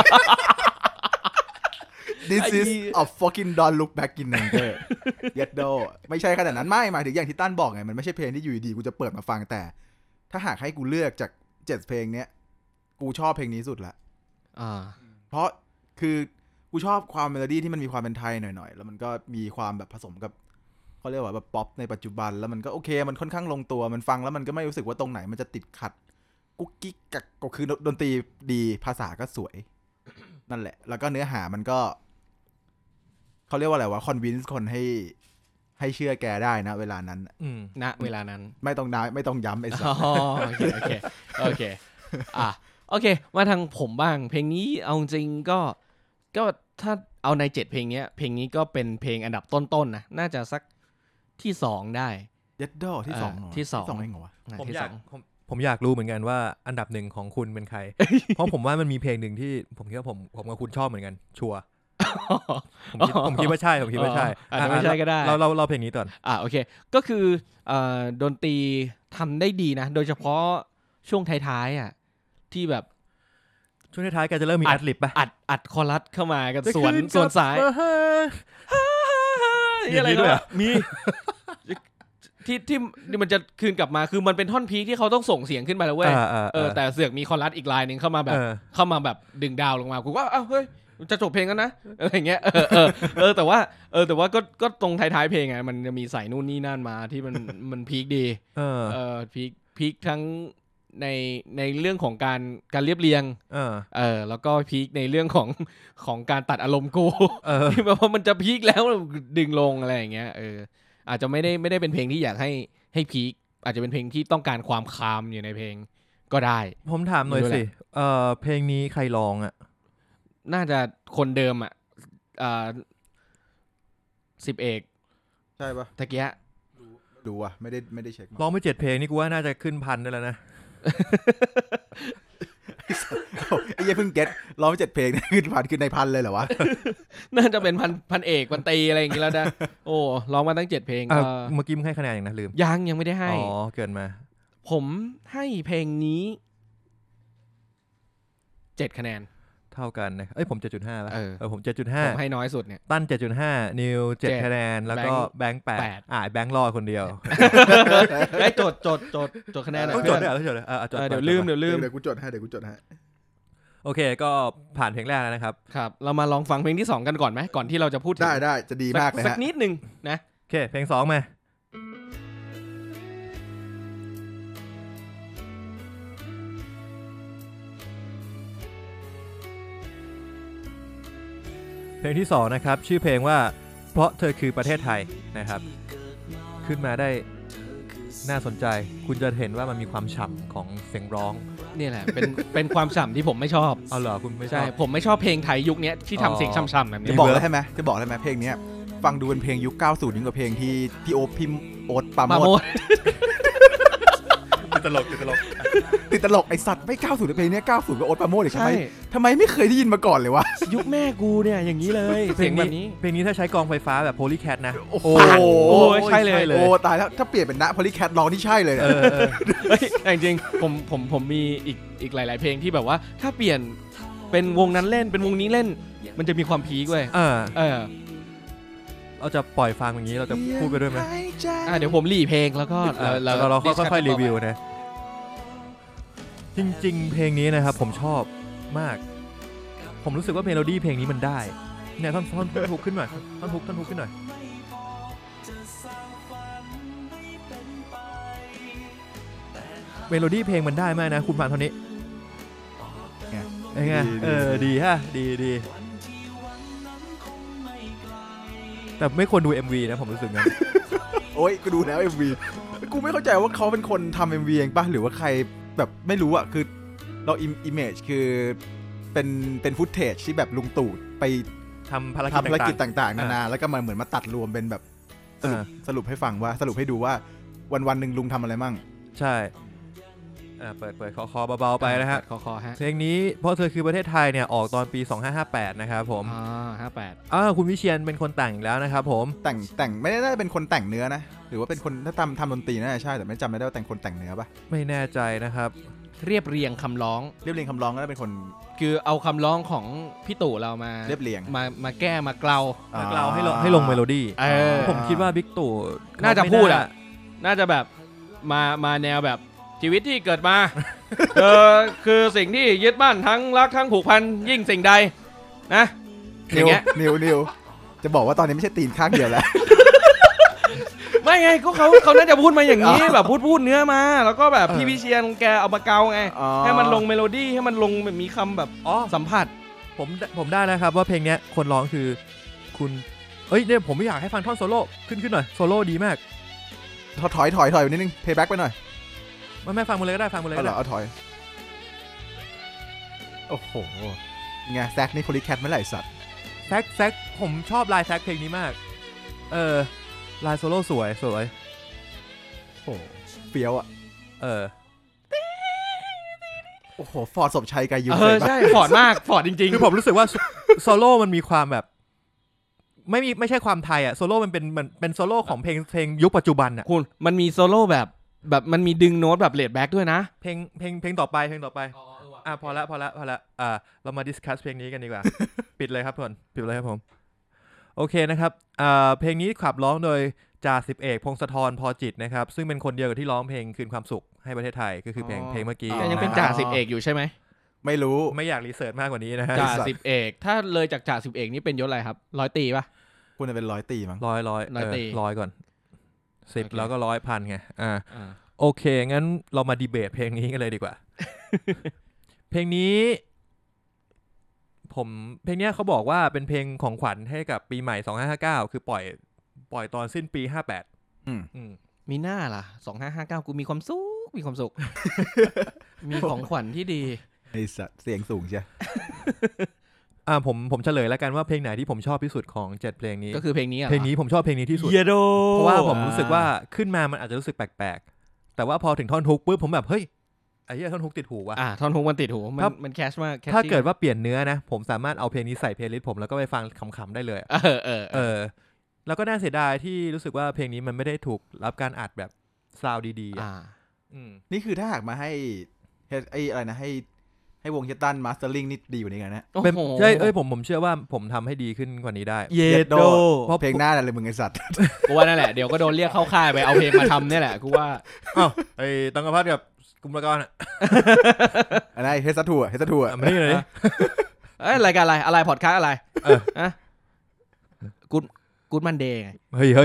This is a fucking Don't Look Back in Anger ยัดโดไม่ใช่ขนาดนั้นไม่หมายถึงอย่างที่ตั้นบอกไงมันไม่ใช่เพลงที่อยู่ดีกูจะเปิดมาฟังแต่ถ้าหากให้กูเลือกจาก7เพลงเนี้ยกูชอบเพลงนี้สุดละเพราะคือกูชอบความเมโลดี้ที่มันมีความเป็นไทยหน่อยๆแล้วมันก็มีความแบบผสมกับเขาเรียกว่าแบบป๊อปในปัจจุบันแล้วมันก็โอเคมันค่อนข้างลงตัวมันฟังแล้วมันก็ไม่รู้สึกว่าตรงไหนมันจะติดขัดกุ๊กกิ๊กก็คือดนตรีดีภาษาก็สวย นั่นแหละแล้วก็เนื้อหามันก็เขาเรียกว่าอะไรวะคอนวินส์คนให้เชื่อแกได้นะเวลานั้นณเวลานั้นไม่ต้องย้ำไอ้สัสโอเคโอเคมาทางผมบ้างเพลงนี้เอาจริงก็ถ้าเอาใน7เพลงนี้เพลงนี้ก็เป็นเพลงอันดับต้นๆนะน่าจะสักที่2ได้ยัดดอที่2 ที่2 เองเหรอวะผมอยากรู้เหมือนกันว่าอันดับ1ของคุณเป็นใคร เพราะผมว่ามันมีเพลงหนึ่งที่ผมคิดว่าผมกับคุณชอบเหมือนกันชัวร์ผมคิดว่าใช่อาจจะไม่ใช่ก็ได้เราเพลงนี้ก่อนโอเคก็คือดนตรีทำได้ดีนะโดยเฉพาะช่วงท้ายๆที่แบบช่วงท้ายๆแกจะเริ่มมีแอดลิปป่ะอัดคอรัสเข้ามากันส่วนสายอะไรด้วยมีที่มันจะคืนกลับมาคือมันเป็นท่อนพีคที่เขาต้องส่งเสียงขึ้นมาแล้วเว้ยแต่เสือกมีคอรัสอีกไลน์นึงเข้ามาแบบดึงดาวลงมากูว่าเฮ้ยจะจบเพลงกันนะอะไรอย่างเงี้ยแต่ว่าก็ตรงท้ายๆเพลงไงมันจะมีใส่นู่นนี่นั่นมาที่มันพีคดีพีคทั้งในเรื่องของการเรียบเรียงแล้วก็พีคในเรื่องของการตัดอารมณ์กูที่แบบว่ามันจะพีคแล้วดึงลงอะไรอย่างเงี้ยอาจจะไม่ได้เป็นเพลงที่อยากให้พีคอาจจะเป็นเพลงที่ต้องการความคามอยู่ในเพลงก็ได้ผมถามหน่อยสิเพลงนี้ใครร้องอ่ะน่าจะคนเดิมอ่ะ10 เอกใช่ปะตะเกียะดูอ่ะไม่ได้เช็คร้องไป7เพลงนี่กูว่าน่าจะขึ้น1,000ได้แล้วนะไอ้เหี้ยเพิ่งเก็ตร้อง7เพลงขึ้น1,000ขึ้นใน1,000เลยเหรอวะน่าจะเป็นพันเอกพันตีอะไรอย่างงี้แล้วนะโอ้ร้องมาตั้ง7เพลงก็เมื่อกี้มึงให้คะแนนอย่างนะลืมยังไม่ได้ให้เกินมาผมให้เพลงนี้7คะแนนเท่ากันนะผม 7.5 แล้วผม 7.5 ผมให้น้อยสุดเนี่ยตั้น 7.5 นิว7คะแนนแล้วก็แบงค์8แบงค์รอดคนเดียวไอ้จดคะแนนต้องจดด้วยเดี๋ยวลืมเดี๋ยวกูจดให้โอเคก็ผ่านเพลงแรกแล้วนะครับครับเรามาลองฟังเพลงที่2กันก่อนไหมก่อนที่เราจะพูดถึงได้จะดีมากเลยฮะสักนิดนึงนะโอเคเพลง2มาเพลงที่2นะครับชื่อเพลงว่าเพราะเธอคือประเทศไทยนะครับขึ้นมาได้น่าสนใจคุณจะเห็นว่ามันมีความฉ่ำของเสียงร้องนี่แหละเป็นความฉ่ำที่ผมไม่ชอบเอาเหรอคุณไม่ชอบใช่ผมไม่ชอบเพลงไทยยุคนี้ที่ทำเสียงฉ่ำๆแบบนี้จะบอกได้ไหมเพลงนี้ฟังดูเป็นเพลงยุค90ยิ่งกว่าเพลงที่พี่โอ๊ตพิมโอ๊ตปาโมดติดตลกไอสัตว์ไม่90ในเพลงนี้90ก็โอ๊ตปาโมดอีกทำไมไม่เคยได้ยินมาก่อนเลยวะยุคแม่กูเนี่ยอย่างนี้เลยเสียงแบบนี้เพลงนี้ถ้าใช้กองไฟฟ้าแบบโพลีแคทนะโอ้ใช่เลยโอ้ตายแล้วถ้าเปลี่ยนเป็นณโพลีแคทร้องนี่ใช่เลยจริงๆผมมีอีกหลายๆเพลงที่แบบว่าถ้าเปลี่ยนเป็นวงนั้นเล่นเป็นวงนี้เล่นมันจะมีความพีคเว้ยเราจะปล่อยฟังอย่างนี้เราจะพูดไปด้วยไหมเดี๋ยวผมรีเพลงแล้วก็เราค่อยๆรีวิวนะจริงๆเพลงนี้นะครับผมชอบมากผมรู้สึกว่าเมโลดี้เพลงนี้มันได้เนี่ยท่อนฮุกขึ้นหน่อยท่อนฮุกขึ้นหน่อยเมโลดี้เพลงมันได้มากนะคุณฟังเท่านี้ไงดีฮะดีแต่ไม่ควรดู MV นะผมรู้สึกงั้นโอ้ยกูดูแล้ว MV กูไม่เข้าใจว่าเขาเป็นคนทำ MV เองป่ะหรือว่าใครแบบไม่รู้อ่ะคือเราอิมเมจคือเป็นฟุตเทจที่แบบลุงตู่ไปทำภารกิจต่างๆนานาแล้วก็มาเหมือนมาตัดรวมเป็นแบบสรุปให้ฟังว่าสรุปให้ดูว่าวันๆนึงลุงทำอะไรมั่งใช่เปิดคอเบาๆไปนะฮะคอฮะเพลงนี้เพราะเธอคือประเทศไทยเนี่ยออกตอนปี2558นะครับผม 58 คุณวิเชียนเป็นคนแต่งแล้วนะครับผมแต่งไม่ได้เป็นคนแต่งเนื้อนะหรือว่าเป็นคนถ้าทำดนตรีน่าจะใช่แต่ไม่จำไม่ได้ว่าแต่งคนแต่งเนื้อปะไม่แน่ใจนะครับเรียบเรียงคำร้องก็ได้เป็นคนคือเอาคำร้องของพี่ตู่เรามาเรียบเรียงมาแก้มาเกลาให้ลงเมโลดี้ผมคิดว่าบิ๊กตู่น่าจะพูดน่าจะแบบมาแนวแบบชีวิตที่เกิดมาคือสิ่งที่ยึดมั่นทั้งรักทั้งผูกพันยิ่งสิ่งใดนะอย่างเงี้ยนิวจะบอกว่าตอนนี้ไม่ใช่ตีนข้างเดียวแล้วไม่ไงก็เขาน่าจะพูดมาอย่างนี้แบบพูดเนื้อมาแล้วก็แบบพี่วิเชียรแกเอามาเกาไงให้มันลงเมโลดี้ให้มันลงแบบมีคำแบบสัมผัสผมได้นะครับว่าเพลงเนี้ยคนร้องคือคุณเนี่ยผมไม่อยากให้ฟังท่อนโซโล่ขึ้นหน่อยโซโล่ดีมากถอยนิดนึงเพย์แบ็กไปหน่อยไม่ฟังหมดเลยก็ได้ฟังหมดเลยก็ได้เอาถอยโอ้โหไงแซกนี่โพลีแคทไม่ไหลสัตว์แซกผมชอบลายแซกเพลงนี้มากลายโซโล่สวยโอ้เฟี้ยวอ่ะโอ้โหฟอร์ดศพชัยกายุใช่ฟอร์ดมากฟอร์ดจริงๆคือผมรู้สึกว่าโซโล่มันมีความแบบไม่ใช่ความไทยอ่ะโซโล่มันเป็นโซโล่ของเพลงยุคปัจจุบันอ่ะคุณมันมีโซโล่แบบมันมีดึงโน้ตแบบเลดแบ็กด้วยนะเพลงต่อไปพอละเรามาดิสคัสเพลงนี้กันดีกว่า ปิดเลยครับทุกคนปิดเลยครับผมโอเคนะครับเพลงนี้ขับร้องโดยจ่าสิบเอกพงศธรพอจิตนะครับซึ่งเป็นคนเดียวกับที่ร้องเพลงคืนความสุขให้ประเทศไทยก็คือเพลงเมื่อกี้ยังเป็นจ่าสิบเอกอยู่ใช่ไหมไม่รู้ไม่อยากรีเสิร์ชมากกว่านี้นะฮะจ่าสิบเอกถ้าเลยจากจ่าสิบเอกนี่เป็นยศอะไรครับร้อยตีป่ะคุณจะเป็นร้อยตีมั้งร้อยก่อน10แล้วก็100,000ไงโอเคงั้นเรามาดีเบตเพลงนี้กันเลยดีกว่า เพลงนี้เพลงนี้เขาบอกว่าเป็นเพลงของขวัญให้กับปีใหม่2559คือปล่อยตอนสิ้นปี58 มีหน้าล่ะ2559กูมีความสุขมีของขวัญที่ดีไอ้สัตว์เสียงสูงใช่ผมเฉลยแล้วกันว่าเพลงไหนที่ผมชอบที่สุดของ7เพลงนี้ก็คือเพลงนี้ผมชอบเพลงนี้ที่สุดเพราะว่าผมรู้สึกว่าขึ้นมามันอาจจะรู้สึกแปลกๆแต่ว่าพอถึงท่อนฮุกปุ๊บผมแบบเฮ้ยไอ้เหี้ยท่อนฮุกติดหูว่ะท่อนฮุกมันติดหูมันแคชมากถ้าเกิดว่าเปลี่ยนเนื้อนะผมสามารถเอาเพลงนี้ใส่เพลย์ลิสต์ผมแล้วก็ไปฟังขำๆได้เลยแล้วก็น่าเสียดายที่รู้สึกว่าเพลงนี้มันไม่ได้ถูกรับการอัดแบบซาวด์ดีๆนี่คือถ้าหากมาให้อะไรนะให้วงเฮตันมาสเตอร์ลิงนี่ดีกว่านี้ไงนะใช่ผมเชื่อว่าผมทำให้ดีขึ้นกว่านี้ได้เยโดเพราะเพลงหน้าอะไรมึงไอสัตว์กูว่านั่นแหละเดี๋ยวก็โดนเรียกเข้าค่ายไปเอาเพลงมาทำเนี่ยแหละกูว่าไอ้ตังกพัฒน์กับกุมรกรอะไรเฮสทัวร์ไม่ได้เลยรายการอะไรพอดคาสต์อะไรกูดมันเดย์ไงเฮ้ย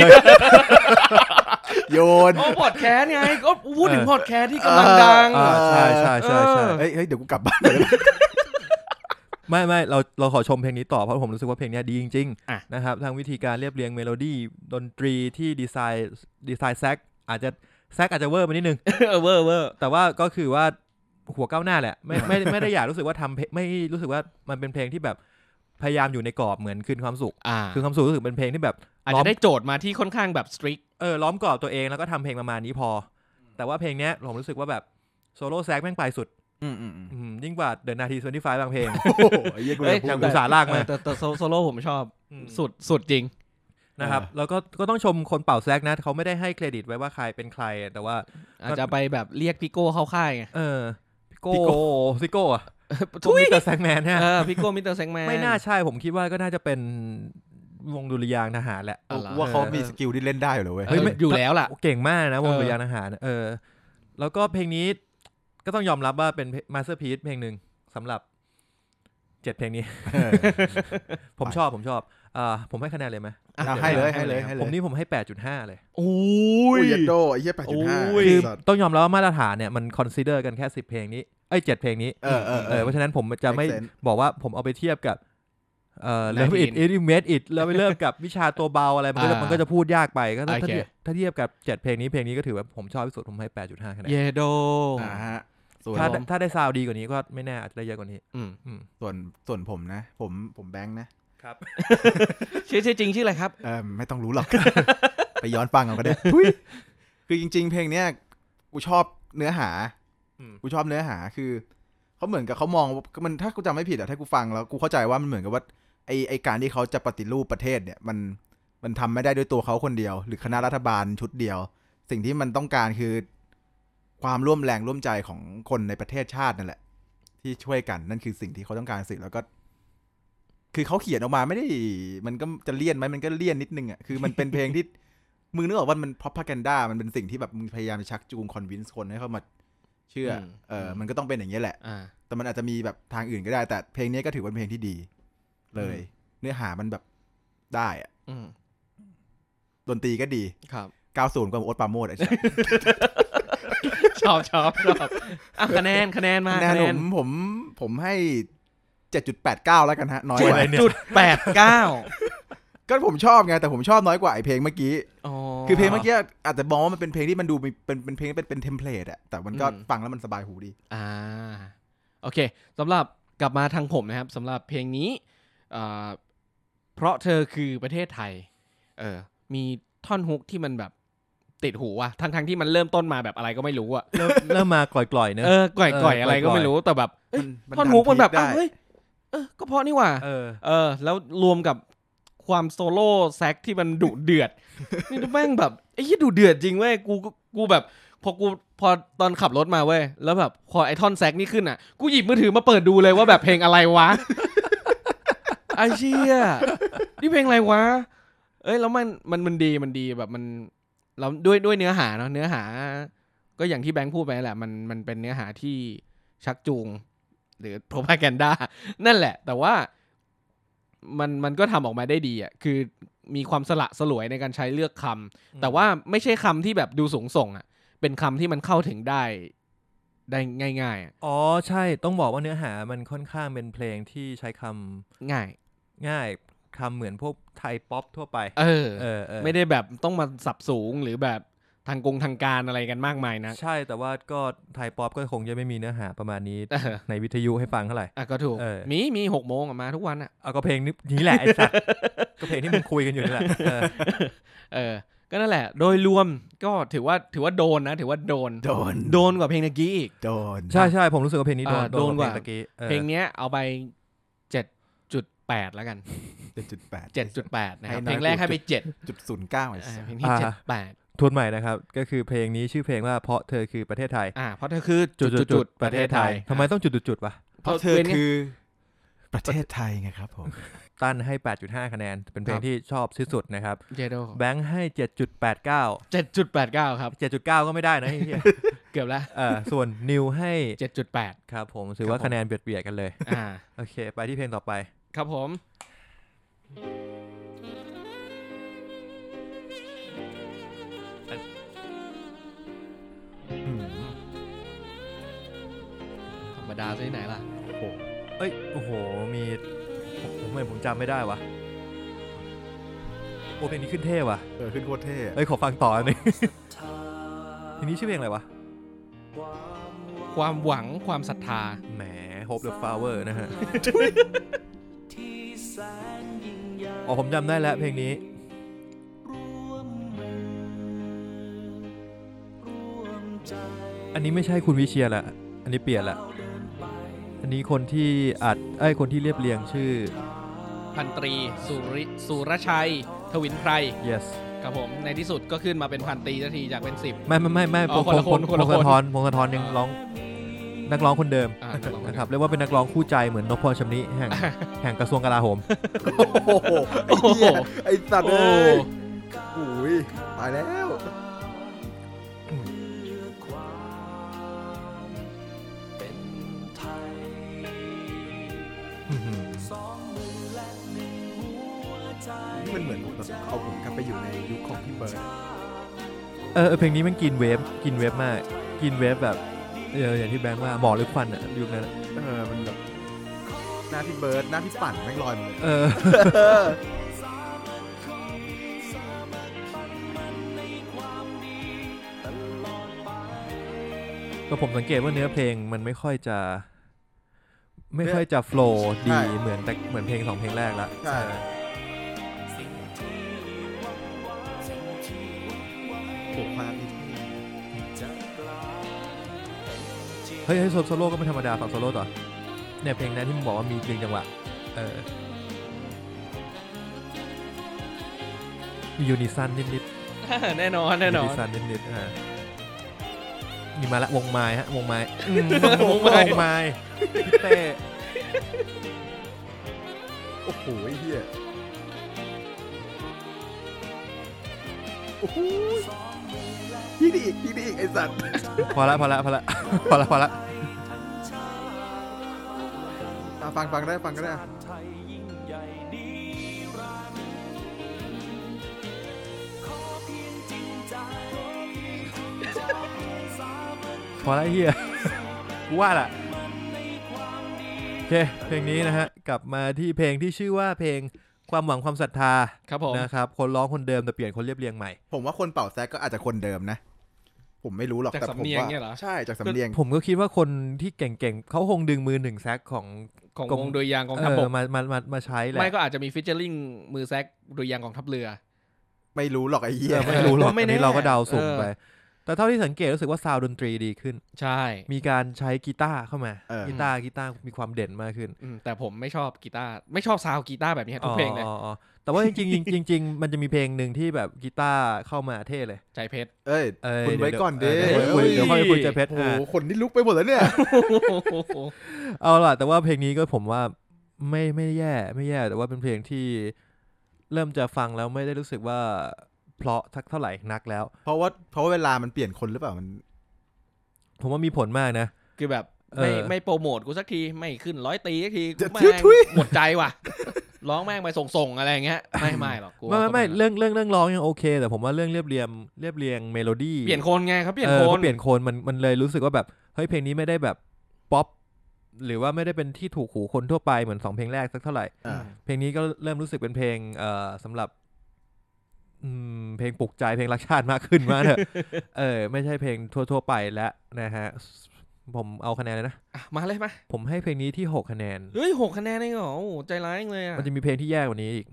โยนพอดแคสต์ไงก็พูดถึงพอดแคสต์ที่กำลังดังใช่เฮ้ยเดี๋ยวกูกลับบ้านไม่เราขอชมเพลงนี้ต่อเพราะผมรู้สึกว่าเพลงนี้ดีจริงๆนะครับทางวิธีการเรียบเรียงเมโลดี้ดนตรีที่ดีไซน์แซกอาจจะเวอร์ไปนิดนึงเวอร์แต่ว่าก็คือว่าหัวก้าวหน้าแหละไม่ได้อยากรู้สึกว่าไม่รู้สึกว่ามันเป็นเพลงที่แบบพยายามอยู่ในกรอบเหมือนคืนความสุขคือความสุขรู้สึกเป็นเพลงที่แบบอาจจะได้โจทย์มาที่ค่อนข้างแบบสตริกล้อมกรอบตัวเองแล้วก็ทำเพลงประมาณนี้พอแต่ว่าเพลงเนี้ยผมรู้สึกว่าแบบโซโล่แซกแม่งไปสุดยิ่งกว่าเดินนาที25บางเพลงอย่างอุตสาห์ลากมาแต่โซโล่ผมชอบสุดจริงนะครับแล้วก็ต้องชมคนเป่าแซกนะเขาไม่ได้ให้เครดิตไว้ว่าใครเป็นใครแต่ว่าอาจจะไปแบบเรียกพี่โก้เข้าค่ายไงพี่โก้ซิโก้อะมิสเตอร์แซกแมนฮะพี่โก้มิสเตอร์แซกแมนไม่น่าใช่ผมคิดว่าก็น่าจะเป็นวงดุริยางค์ทหารแหละว่าเขามีสกิลที่เล่นได้อยู่เลยเว้ยอยู่แล้วล่ะเก่งมากนะวงดุริยางค์ทหารแล้วก็เพลงนี้ก็ต้องยอมรับว่าเป็นมาสเตอร์พีซเพลงนึงสำหรับ7เพลงนี้ผมชอบผมให้คะแนนเลยไหมให้เลยผมให้ 8.5 เลยโอ้ยยันโดไอ้เหี้ย 8.5 คือต้องยอมรับว่ามาตรฐานเนี่ยมันคอนซิเดอร์กันแค่10เพลงนี้7เพลงนี้เพราะฉะนั้นผมจะไม่บอกว่าผมเอาไปเทียบกับLove It Made It แล้วไปเริ่มกับวิชาตัวเบาอะไรมันก็จะพูดยากไปก็ถ้าเทียบกับ7เพลงนี้ก็ถือว่าผมชอบที่สุดผมให้ 8.5 คะแนนเยโดถ้าได้ซาวดีกว่านี้ก็ไม่แน่อาจจะได้เยอะกว่านี้ส่วนผมนะผมแบงค์นะครับชื่อจริงชื่ออะไรครับไม่ต้องรู้หรอกไปย้อนฟังเอาก็ได้คือจริงๆเพลงเนี้ยกูชอบเนื้อหากูชอบเนื้อหาคือเขาเหมือนกับเขามองมันถ้ากูจำไม่ผิดอะถ้ากูฟังแล้วกูเข้าใจว่ามันเหมือนกับว่าไอการที่เขาจะปฏิรูปประเทศเนี่ยมันทำไม่ได้ด้วยตัวเขาคนเดียวหรือคณะรัฐบาลชุดเดียวสิ่งที่มันต้องการคือความร่วมแรงร่วมใจของคนในประเทศชาตินั่นแหละที่ช่วยกันนั่นคือสิ่งที่เขาต้องการสิแล้วก็คือเขาเขียนออกมาไม่ได้มันก็จะเลี่ยนไหมมันก็เลี่ยนนิดนึงอ่ะคือมันเป็นเพลงที่มึงนึกออกว่ามัน propaganda มันเป็นสิ่งที่แบบมึงพยายามจะชักจูง convince คนให้เข้ามาเชื่อมันก็ต้องเป็นอย่างนี้แหละแต่มันอาจจะมีแบบทางอื่นก็ได้แต่เพลงนี้ก็ถือว่าเป็นเพลงที่ดีเลยเนื้อหามันแบบได้อ่ะดนตรีก็ดีครับ 90กับโอ๊ตปราโมชไอ้ชอบคะแนนมาคะแนนผมให้ 7.89 แล้วกันฮะน้อยกว่า 7.89 ก็ผมชอบไงแต่ผมชอบน้อยกว่าไอ้เพลงเมื่อกี้คือเพลงเมื่อกี้อาจจะมองว่ามันเป็นเพลงที่มันดูเป็นเพลงเป็นเทมเพลตอะแต่มันก็ฟังแล้วมันสบายหูดีโอเคสำหรับกลับมาทางผมนะครับสำหรับเพลงนี้เพราะเธอคือประเทศไทยมีท่อนฮุกที่มันแบบติดหูว่ะทั้งที่มันเริ่มต้นมาแบบอะไรก็ไม่รู้อะเริ่มมากล่อยๆเนอะก่อยอะไรก็ไม่รู้แต่แบบท่อนฮุกมันแบบเฮ้ยก็เพราะนี่ว่ะแล้วรวมกับความโซโล่แซกที่มันดุเดือดนี่แม่งแบบไอ้ที่ดุเดือดจริงเว้ยกูแบบพอตอนขับรถมาเว้ยแล้วแบบพอไอ้ท่อนแซกนี่ขึ้นอ่ะกูหยิบมือถือมาเปิดดูเลยว่าแบบเพลงอะไรวะไอ้เชี่ยนี่เพลงอะไรวะแล้วมันดีแบบมันแล้วด้วยเนื้อหาเนาะเนื้อหาก็อย่างที่แบงค์พูดไปแหละมันเป็นเนื้อหาที่ชักจูงหรือ propaganda นั่นแหละแต่ว่ามันก็ทำออกมาได้ดีอ่ะคือมีความสละสลวยในการใช้เลือกคำแต่ว่าไม่ใช่คำที่แบบดูสูงส่งอ่ะเป็นคำที่มันเข้าถึงได้ง่ายๆอ๋อใช่ต้องบอกว่าเนื้อหามันค่อนข้างเป็นเพลงที่ใช้คำง่ายคำเหมือนพวกไทยป๊อปทั่วไปไม่ได้แบบต้องมาสับสูงหรือแบบทางการอะไรกันมากมายนะใช่แต่ว่าก็ไทยป๊อปก็คงจะไม่มีเนื้อหาประมาณนี้ในวิทยุให้ฟังเท่าไหร่ก็ถูกมี6 โมงมาทุกวันก็เพลงนี้แหละไอ้สัตว์ก็เพลงที่มึงคุยกันอยู่นี่แหละก็นั่นแหละโดยรวมก็ถือว่าโดนนะถือว่าโดนกว่าเพลงตะกี้อีกใช่ผมรู้สึกว่าเพลงนี้โดนกว่าเพลงตะกี้เพลงเนี้ยเอาไป 7.8 แล้วกัน 7.8 นะครับเพลงแรกให้ไป 7.09 เพลงที่7.8 ทวนใหม่นะครับก็คือเพลงนี้ชื่อเพลงว่าเพราะเธอคือประเทศไทยเพราะเธอคือจุดประเทศไทยทำไมต้องจุดวะเพราะเธอคือประเทศไทยไงครับผมตั้นให้ 8.5 คะแนนเป็นเพลงที่ชอบที่สุดนะครับแบงค์ให้ 7.89 ครับ 7.9 ก็ไม่ได้นะเกือบแล้วส่วนนิวให้ 7.8 ครับผมถือว่าคะแนนเบียดกันเลยโอเคไปที่เพลงต่อไปครับผมธรรมดาที่ไหนล่ะโอ้โหมีผมจำไม่ได้วะเพลงนี้ขึ้นเท่ว่ะขึ้นโคตรเท่ขอฟังต่ออันนี้เพลงนี้ชื่อเพลงอะไรวะความหวังความศรัทธาแหม Hope the Flower นะฮะผมจำได้แล้วเพลงนี้อันนี้ไม่ใช่คุณวิเชียรละอันนี้เปลี่ยนละอันนี้คนที่คนที่เรียบเรียงชื่อพันตรีสุรชัยทวินไพร yes ครับผมในที่สุดก็ขึ้นมาเป็นพันตรีนาทีจากเป็น10 ไม่คนละคนพงศธรยังร้องนักร้องคนเดิมนะครับเรียกว่าเป็นนักร้องคู่ใจเหมือนนพพรชำนิแห่งกระทรวงกลาโหมไอ้สัตว์เอ้ยโอ้ยตายแล้วมันเหมือนเอาผมกลับไปอยู่ในยุคของพี่เบิร์ดเพลงนี้มันกินเวฟมากกินเวฟแบบอย่างที่แบงค์ว่าหมอหรือควันยุคนั้นมันแบบหน้าพี่เบิร์ดหน้าพี่ปั่นแม่งลอยมาเลยก็ผมสังเกตว่าเนื้อเพลงมันไม่ค่อยจะโฟลว์ดีเหมือนเพลง2เพลงแรกแล้วบวกความฮ้ยโซโล่ก็ไม่ธรรมดาฟังโซโล่ต่อเนี่ยเพลงนั้นที่มึงบอกว่ามีดึงจังหวะมียูนิซันนิดๆแน่นอนยูนิซันนิดมีมาละวงไม้ฮะวงไม้พี่เต้โอ้โหเหี้ยโอ้โหพี่ดีอีกไอ้สัตว์พอละฟังก็ได้พอละเฮียกูว่าล่ะโอเคเพลงนี้นะฮะกลับมาที่เพลงที่ชื่อว่าเพลงความหวังความศรัทธาครับผมนะครับคนร้องคนเดิมแต่เปลี่ยนคนเรียบเรียงใหม่ผมว่าคนเป่าแซกก็อาจจะคนเดิมนะผมไม่รู้หรอกแต่ผมว่าใช่จากสำเนียงผมก็คิดว่าคนที่เก่งๆเขาคงดึงมือหนึ่งแซกของวงโดยยางกองทัพบกมาใช้แหละไม่ก็อาจจะมีฟีเจอริ่งมือแซกโดยยางกองทัพเรือไม่รู้หรอกไอ้เหี้ยไม่รู้หรอกอันนี้เราก็เดาสุ่มไปแต่เท่าที่สังเกตรู้สึกว่าซาวด์ดนตรีดีขึ้นใช่มีการใช้กีตาร์เข้ามากีตาร์มีความเด่นมากขึ้นแต่ผมไม่ชอบกีตาร์ไม่ชอบซาวด์กีตาร์แบบนี้ทุกเพลงเลยแต่ว่าจริงมันจะมีเพลงหนึ่งที่แบบกีตาร์เข้ามาเท่เลยใจเพชรคุณไว้ก่อนเดี๋ยวค่อยคุยใจเพชรโอ้คนนี่ลุกไปหมดแล้วเนี่ยเอาล่ะแต่ว่าเพลงนี้ก็ผมว่าไม่แย่แต่ว่าเป็นเพลงที่เริ่มจะฟังแล้วไม่ได้รู้สึกว่าเพราะเท่าไหร่นักแล้วเพราะว่าเวลามันเปลี่ยนคนหรือเปล่ามันผมว่ามีผลมากนะคือแบบไม่โปรโมทกูสักทีไม่ขึ้น100ตีสักทีแม่งหมดใจว่ะร้องแม่งไปส่งอะไรอย่างเงี้ยไม่หรอกกูไม่เรื่องร้องยังโอเคแต่ผมว่าเรื่องเรียบเรียงเมโลดี้เปลี่ยนโคนไงครับเปลี่ยนโคนมันเลยรู้สึกว่าแบบเฮ้ยเพลงนี้ไม่ได้แบบป๊อปหรือว่าไม่ได้เป็นที่ถูกหูคนทั่วไปเหมือน2เพลงแรกสักเท่าไหร่เพลงนี้ก็เริ่มรู้สึกเป็นเพลงสำหรับเพลงปลุกใจเพลงรักชาติมากขึ้นมาเถอะไม่ใช่เพลงทั่วไปแล้วนะฮะผมเอาคะแนนเลยนะมาเลยมาผมให้เพลงนี้ที่6คะแนนเฮ้ย6คะแนนเองเหรอโอ้ใจร้ายเลยอ่ะมันจะมีเพลงที่แย่กว่านี้อีก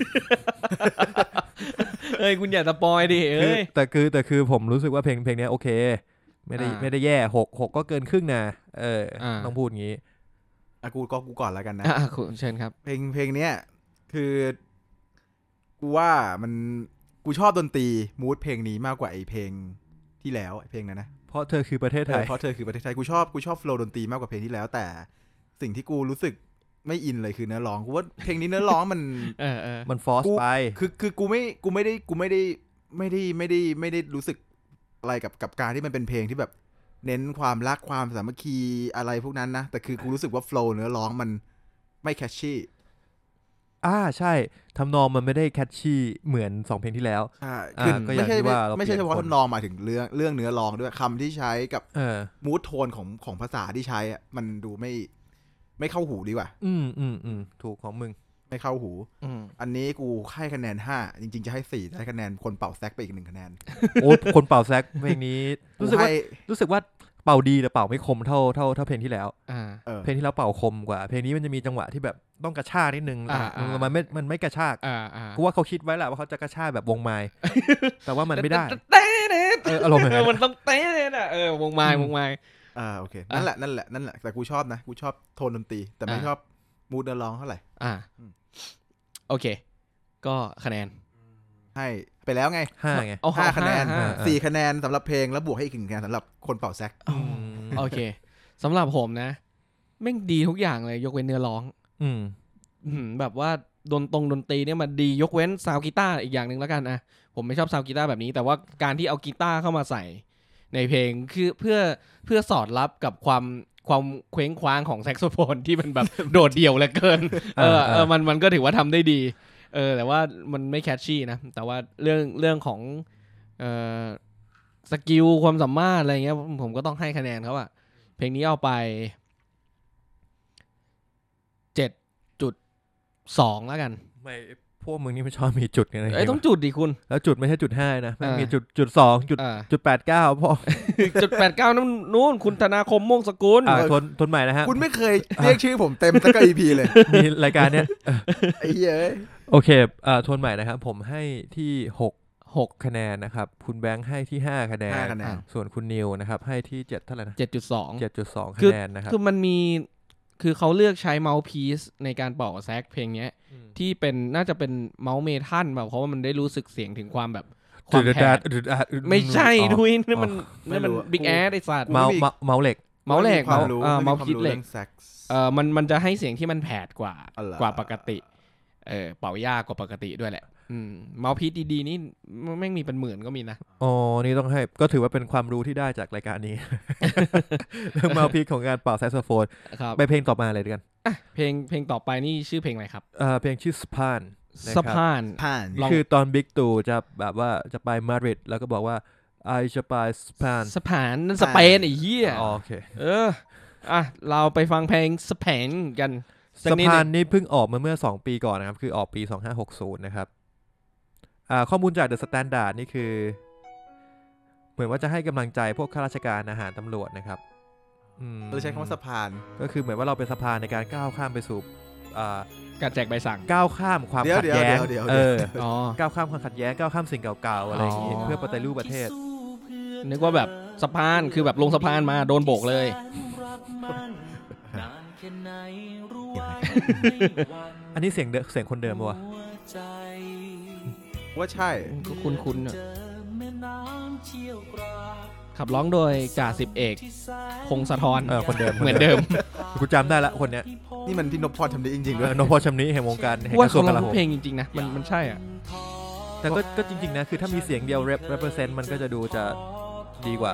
คุณอย่าสปอยดิแต่คือผมรู้สึกว่าเพลงนี้โอเคไม่ได้แย่6ก็เกินครึ่งนะต้องพูดงี้กูก่อนแล้วกันนะคุณเชิญครับเพลงเนี้ยคือกูว่ากูชอบดนตรีมูดเพลงนี้มากกว่าไอ้เพลงที่แล้วไอ้เพลงนั้นนะเพราะเธอคือประเทศไทยกูชอบโฟลว์ดนตรีมากกว่าเพลงที่แล้วแต่สิ่งที่กูรู้สึกไม่อินเลยคือเนื้อร้องกูว่าเพลงนี้เนื้อร้องมันฟอร์สไปคือกูไม่ได้รู้สึกอะไรกับการที่มันเป็นเพลงที่แบบเน้นความรักความสามัคคีอะไรพวกนั้นนะแต่คือกูรู้สึกว่าโฟลว์เนื้อร้องมันไม่แคชชี่ใช่ทำนองมันไม่ได้แคชชี่เหมือน2เพลงที่แล้วใช่คือไม่ใช่เฉพาะทำนองมาถึงเรื่องเนื้อร้องด้วยคำที่ใช้กับมูดโทนของภาษาที่ใช้มันดูไม่เข้าหูดีกว่าถูกของมึงไม่เข้าหูอันนี้กูให้คะแนน5จริงๆจะให้4ได้คะแนนคนเป่าแซกไปอีก1คะแนนโอ้คนเป่าแซกเพลงนี้รู้สึกว่าเป่าดีแต่เป่าไม่คมเท่าเพลงที่แล้วเพลงที่แล้วเป่าคมกว่าเพลงนี้มันจะมีจังหวะที่แบบต้องกระชากนิดนึงมันไม่กระชากกูว่าเขาคิดไว้แหละว่าเขาจะกระชากแบบวงไม้แต่ว่ามันไม่ได้อารมณ์มันต้องเต้นวงไม้โอเคนั่นแหละแต่กูชอบนะกูชอบโทนดนตรีแต่ไม่ชอบมูดเนื้อร้องเท่าไหร่โอเคก็คะแนนให้ไปแล้วไง5คะแนน4คะแนนสำหรับเพลงแล้วบวกให้อีก1คะแนนสำหรับคนเป่าแซกโอเคสำหรับผมนะแม่งดีทุกอย่างเลยยกเว้นเนื้อร้องแบบว่าดนตรีเนี่ยมันดียกเว้นซาวกีตาร์อีกอย่างนึงแล้วกันนะผมไม่ชอบซาวกีตาร์แบบนี้แต่ว่าการที่เอากีตาร์เข้ามาใส่ในเพลงคือเพื่อสอดรับกับความเคว้งคว้างของแซกโซโฟนที่มันแบบโดดเดี่ยวเหลือเกินมันก็ถือว่าทำได้ดีแต่ว่ามันไม่แคชชี่นะแต่ว่าเรื่องของสกิลความสามารถอะไรเงี้ยผมก็ต้องให้คะแนนเขาอะเพลงนี้เอาไป 7.2 แล้วกันไม่พวกมึงนี่ไม่ชอบมีจุดกันเลยต้องจุดดิคุณแล้วจุดไม่ใช่จุด5นะมันมีจุด2จุด89พอจุด89นู่นคุณธนาคมม่วงสกุลทนใหม่นะฮะคุณไม่เคยเรียกชื่อผมเต็มสัก EP เลยมีรายการเนี้ยไอ้เหี้ยโอเคทวนใหม่นะครับผมให้ที่ 6 คะแนนนะครับคุณแบงค์ให้ที่5 คะแนนส่วนคุณนิวนะครับให้ที่7เท่าไหร่นะ 7.2 คะแนนนะครับคือมันมีคือเขาเลือกใช้เมาส์พีซในการเป่าแซกเพลงนี้ที่เป็นน่าจะเป็นเมาส์เมทัลแบบเพราะว่ามันได้รู้สึกเสียงถึงความแบบความแผดไม่ใช่ทุยนี่มันบิ๊กแอดไอ้สัตว์เมาส์เหล็กเมาส์พีซเหล็กมันจะให้เสียงที่มันแผดกว่าปกติเป่ายากกว่าปกติด้วยแหละเมาส์พีซดีๆนี่แม่งมีเป็นหมื่นก็มีนะอ๋อนี่ต้องให้ก็ถือว่าเป็นความรู้ที่ได้จากรายการนี้ เรื่องเมาส์พีซของการเป่าแซกโซโฟนไปเพลงต่อมาเลยด้วยกันเพลงต่อไปนี่ชื่อเพลงอะไรครับเพลงชื่อสะพานคือตอนบิ๊กตู่จะแบบว่าจะไปมาดริดแล้วก็บอกว่าไอจะไปสะพานนั่นสเปนไอ้เหี้ยโอเคเราไปฟังเพลงสะพานกันสะพานนี้เพิ่งออกมาเมื่อ2 ปีก่อนนะครับคือออกปี2560นะครับข้อมูลจาก The Standard นี่คือเหมือนว่าจะให้กำลังใจพวกข้าราชการอาหารตำรวจนะครับใช้คำว่าสะพานก็คือเหมือนว่าเราเป็นสะพานในการก้าวข้ามไปสู่การแจกใบสั่งก้าวข้ามความขัดแย้งก้าวข้ามความขัดแย้งก้าวข้ามสิ่งเก่าๆอะไรอย่างงี้เพื่อปฏิรูปประเทศนึกว่าแบบสะพานคือแบบลงสะพานมาโดนโบกเลยอันนี้เสียงคนเดิมป่ะว่าใช่ก็คุ้นๆขับร้องโดยจ่าสิบเอกพงศธรคนเดิมเหมือนเดิมกูจำได้ละคนเนี้ยนี่มันพี่นพพรชำนิจริงๆด้วยนพพรชำนิแห่งวงการแห่งกระทรวงกลาโหมเพลงจริงๆนะมันใช่อ่ะแต่ก็จริงๆนะคือถ้ามีเสียงเดียว represent มันก็จะดูจะดีกว่า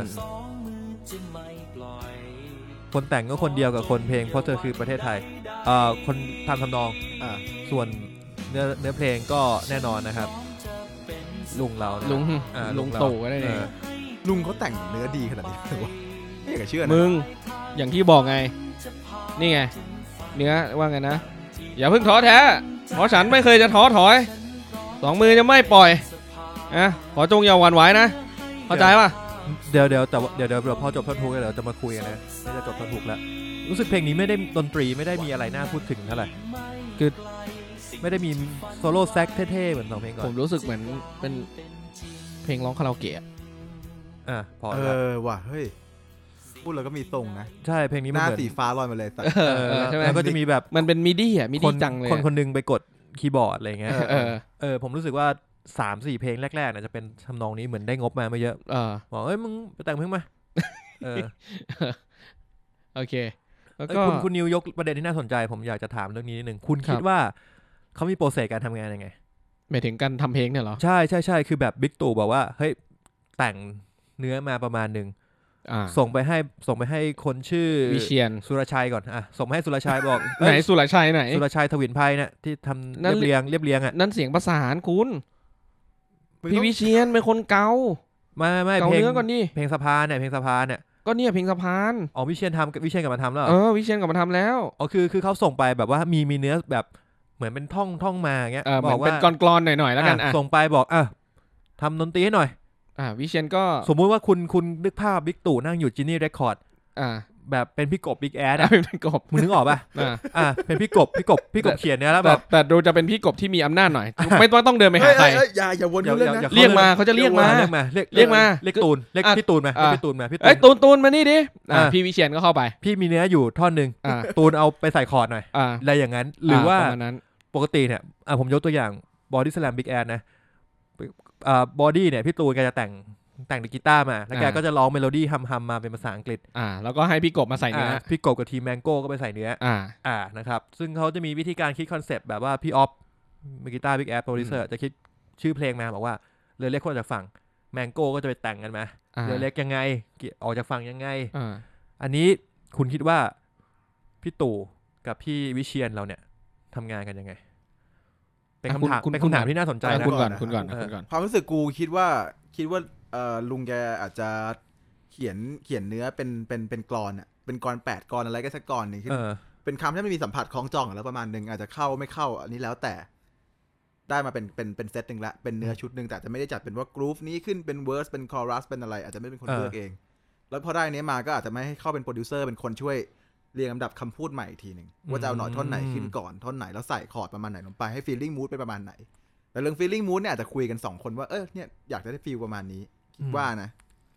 คนแต่งก็คนเดียวกับคนเพลงเพราะเธอคือประเทศไทยคนทำนองส่วนเนื้อเพลงก็แน่นอนนะครับลุงเราลุงตู่ก็ได้เลยลุงเขาแต่งเนื้อดีขนาดนี้วะไม่อยากจะเชื่อนะมึงอย่างที่บอกไงนี่ไงเนื้อว่าไงนะอย่าเพิ่งท้อแท้เพราะฉันไม่เคยจะท้อถอย2 มือจะไม่ปล่อยขอจงอย่าหวั่นไหวนะเข้าใจป่ะเดี๋ยวแต่เดี๋ยวพอจบท่อนฮุกแล้วจะมาคุยกันนะไม่จะจบท่อนฮุกแล้วรู้สึกเพลงนี้ไม่ได้ดนตรีไม่ได้มีอะไรน่าพูดถึงเท่าไหร่คือไม่ได้มีโซโล่แซกเท่ๆเหมือน2 เพลงก่อนผมรู้สึกเหมือนเป็นเพลงร้องคาราโอเกะพอว่ะเฮ้ยพูดแล้วก็มีทรงนะใช่เพลงนี้มันหน้าสีฟ้าลอยมาเลยแล้วก็จะมีแบบมันเป็นมิดี้จังเลยคนนึงไปกดคีย์บอร์ดอะไรเงี้ยผมรู้สึกว่า 3-4 เพลงแรกๆเนี่ยจะเป็นทำนองนี้เหมือนได้งบมาไม่เยอะบอกมึงไปแต่งเพลงมาโอเคแล้วก็คุณนิวยกประเด็นที่น่าสนใจผมอยากจะถามเรื่องนี้นิดนึงคุณคิดว่าเขามีโปรเซสการทำงานยังไงหมายถึงการทำเพลงเนี่ยเหรอใช่คือแบบบิ๊กตู่บอกว่าเฮ้ยแต่งเนื้อมาประมาณนึงส่งไปให้คนชื่อวิเชียรสุรชัยก่อนส่งให้สุรชัยบอกไหนสุรชัยไหนสุรชัยทวินไพเนี่ยที่ทำเรียบเรียงนั่นเสียงประสานคุณพี่วิเชียรเป็นคนเกาไม่เกาเนื้อก่อนนี่เพลงสะพานเนี่ยก็เนี่ยเพลงสะพานวิเชียรกลับมาทำแล้ววิเชียรกลับมาทำแล้วคือเขาส่งไปแบบว่ามีเนื้อแบบเหมือนเป็นท่องมาเงี้ยบอกว่าเป็นกลอนๆหน่อยๆแล้วกันส่งไปบอกทำดนตรีให้หน่อยวิเชียรก็สมมุติว่าคุณนึกภาพบิ๊กตู่นั่งอยู่จินนี่เรคคอร์ดแบบเป็นพี่กบบิ๊กแอดเป็นกบมึงนึกออกป่ะเป็นพี่กบเขียนเนี่ยแล้วแบบแต่ดูจะเป็นพี่กบที่มีอำนาจหน่อยไม่ต้องเดินไปหาใครอย่าวนเรื่องนะเรียกมาเขาจะเรียกมาเรียกตูนเรียกพี่ตูนมาพี่ตูนมาตูนมานี่ดิพี่วิเชียรก็เข้าไปพี่มีเนื้ออยู่ท่อนนึงตูนเอาไปใส่คอร์ดหน่อยอะไรอย่างนั้นหรือว่าปกติเนี่ยผมยกตัวอย่างบอดี้สแลมบิ๊กแอดนะบอดี้เนี่ยพี่ตูนแกจะแต่งกีตาร์มาแล้วแกก็จะร้องเมโลดี้ฮัมมาเป็นภาษาอังกฤษแล้วก็ให้พี่กบมาใส่เนื้อพี่กบกับทีมแมงโก้ก็ไปใส่เนื้อนะครับซึ่งเขาจะมีวิธีการคิดคอนเซปต์แบบว่าพี่ออฟกีตาร์บิ๊กแอดโปรดิวเซอร์จะคิดชื่อเพลงมาบอกว่าเรือเล็กคนจากฝั่งแมงโก้ก็จะไปแต่งกันมาเรือเล็กยังไงออกจากฝั่งยังไงอันนี้คุณคิดว่าพี่ตู่กับพี่วิเชียรเราเนี่ยทำงานกันยังไงเป็นคำถามที่น่าสนใจนะคุณก่อนความรู้สึกกูคิดว่าลุงแกอาจจะเขียนเนื้อเป็นกลอนเป็นกลอน8กลอนอะไรก็สักกลอนนึงเป็นคำที่ไม่มีสัมผัสคล้องจองแล้วประมาณนึงอาจจะเข้าไม่เข้าอันนี้แล้วแต่ได้มาเป็นเซตนึงละเป็นเนื้อชุดนึงแต่จะไม่ได้จัดเป็นว่ากรูฟนี้ขึ้นเป็นเวอร์สเป็นคอรัสเป็นอะไรอาจจะไม่เป็นคนเลือกเองแล้วพอได้เนี้ยมาก็อาจจะไม่ให้เข้าเป็นโปรดิวเซอร์เป็นคนช่วยเรียงลำดับคำพูดใหม่อีกทีนึงว่าจะเอาหน่อยท่อนไหนขึ้นก่อนท่อนไหนแล้วใส่คอร์ดประมาณไหนลงไปให้ฟีลลิ่งมูดเป็นประมาณไหนแต่เรื่อง feeling mood เนี่ยอาจจะคุยกัน2คนว่าเนี่ยอยากจะได้ฟีลประมาณนี้คิดว่านะ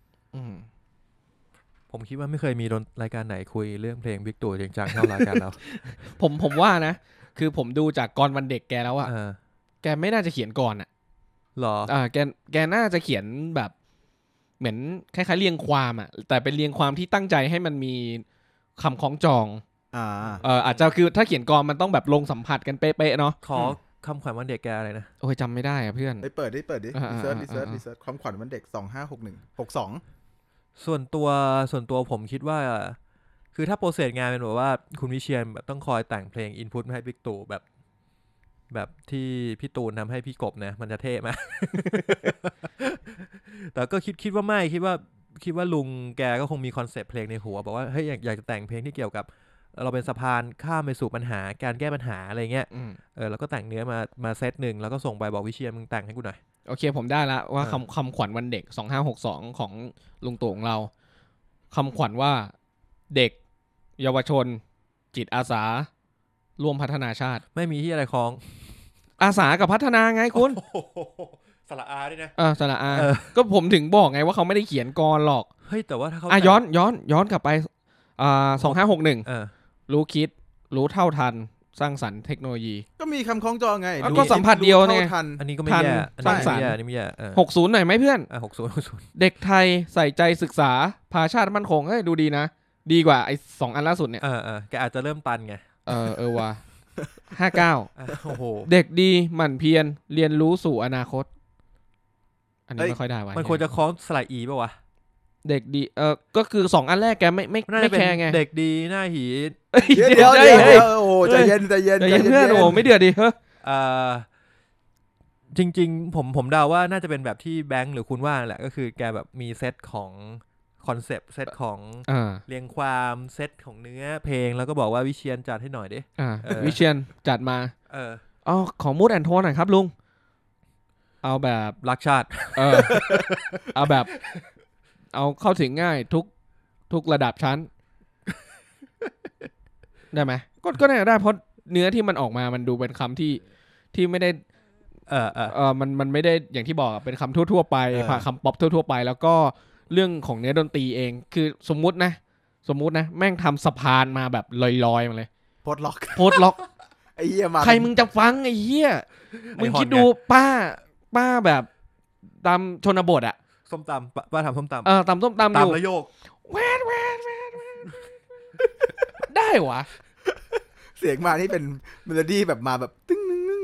ผมคิดว่าไม่เคยมีรายการไหนคุยเรื่องเพลงบิ๊กตู่จริงจังเท่ารายการเราผมว่านะคือผมดูจากกรวันเด็กแกแล้วอ่ะแกไม่น่าจะเขียนกรอ่ะหรอแกน่าจะเขียนแบบเหมือนคล้ายๆเรียงความอ่ะแต่เป็นเรียงความที่ตั้งใจให้มันมีคำคล้องจองอาจจะคือถ้าเขียนกรมันต้องแบบลงสัมผัสกันเป๊ะๆเนาะขอคำขวัญวันเด็กแกอะไรนะโอ้ยจำไม่ได้อ่ะเพื่อนไปเปิดดิรีเสิร์ชคำขวัญวันเด็ก2562 ส่วนตัวผมคิดว่าคือถ้าโปรเซสงานเป็นแบบว่าคุณวิเชียรแบบต้องคอยแต่งเพลงอินพุตมาให้บิ๊กตู่แบบที่พี่ตูนทำให้พี่กบนะมันจะเท่มาก แต่ก็คิดว่าไม่คิดว่าลุงแกก็คงมีคอนเซปต์เพลงในหัวบอกว่าเฮ้ยอยากจะแต่งเพลงที่เกี่ยวกับเราเป็นสะพานข้ามไปสู่ปัญหาการแก้ปัญหาอะไรเงี้ยแล้วก็แต่งเนื้อมาเซตนึงแล้วก็ส่งไปบอกวิเชียรมึงแต่งให้กูหน่อยโอเคผมได้ละว่าคำขวัญวันเด็ก2562ของลุงตู่ของเราคำขวัญว่าเด็กเยาวชนจิตอาสาร่วมพัฒนาชาติไม่มีที่อะไรของอาสากับพัฒนาไงคุณสระอาด้วยนะสระอาก็ผมถึงบอกไงว่าเขาไม่ได้เขียนกรหรอกเฮ้ยแต่ว่าถ้าเขาย้อนกลับไป2561รู้คิดรู้เท่าทันสร้างสรรค์เทคโนโลยีก็มีคำคล้องจองไงก็สัมผัสเดียวเนี่ยอันนี้ก็ไม่แย่สร้างสรรค์นี่ไม่แย่ 60หน่อยไหมเพื่อน 60 เด็กไทยใส่ใจศึกษาพาชาติมั่นคงเฮ้ยดูดีนะดีกว่าไอ้2อันล่าสุดเนี่ยแกอาจจะเริ่มตันไงว่ะ59โอ้โหเด็กดีหมั่นเพียรเรียนรู้สู่อนาคตอันนี้ไม่ค่อยได้ว่ะมันควรจะคล้องสระอีป่ะวะเด็กดีก็คือ2อันแรกแกไม่แคร์ไงเด็กดีหน้าหีเดี๋ยวโอ้ใจเย็นเพื่อนโอ้ไม่เดือดดิจริงๆผมเดาว่าน่าจะเป็นแบบที่แบงค์หรือคุณว่าแหละก็คือแกแบบมีเซตของคอนเซปต์เซตของเรียงความเซตของเนื้อเพลงแล้วก็บอกว่าวิเชียรจัดให้หน่อยดิวิเชียรจัดมาของมูดแอนโทนหน่อยครับลุงเอาแบบรักชาติเอาแบบเอาเข้าถึงง่ายทุกระดับชั้นได้ไหมก็น่าจะได้เพราะเนื้อที่มันออกมามันดูเป็นคำที่ไม่ได้มันไม่ได้อย่างที่บอกเป็นคำทั่วๆไปคำป๊อปทั่วๆไปแล้วก็เรื่องของเนื้อดนตรีเองคือสมมุตินะแม่งทำสะพานมาแบบลอยๆมาเลยโพสต์ล็อกไอ้เหี้ยมาใครมึงจะฟังไอ้เหี้ยมึงคิดดูป้าแบบตามชนบทอะส้มตำป้าทำส้มตำตำส้มตำอยู่ตำระโยกแวดได้วะเสียงมาที่เป็นเมโลดี้แบบมาแบบตึ้ง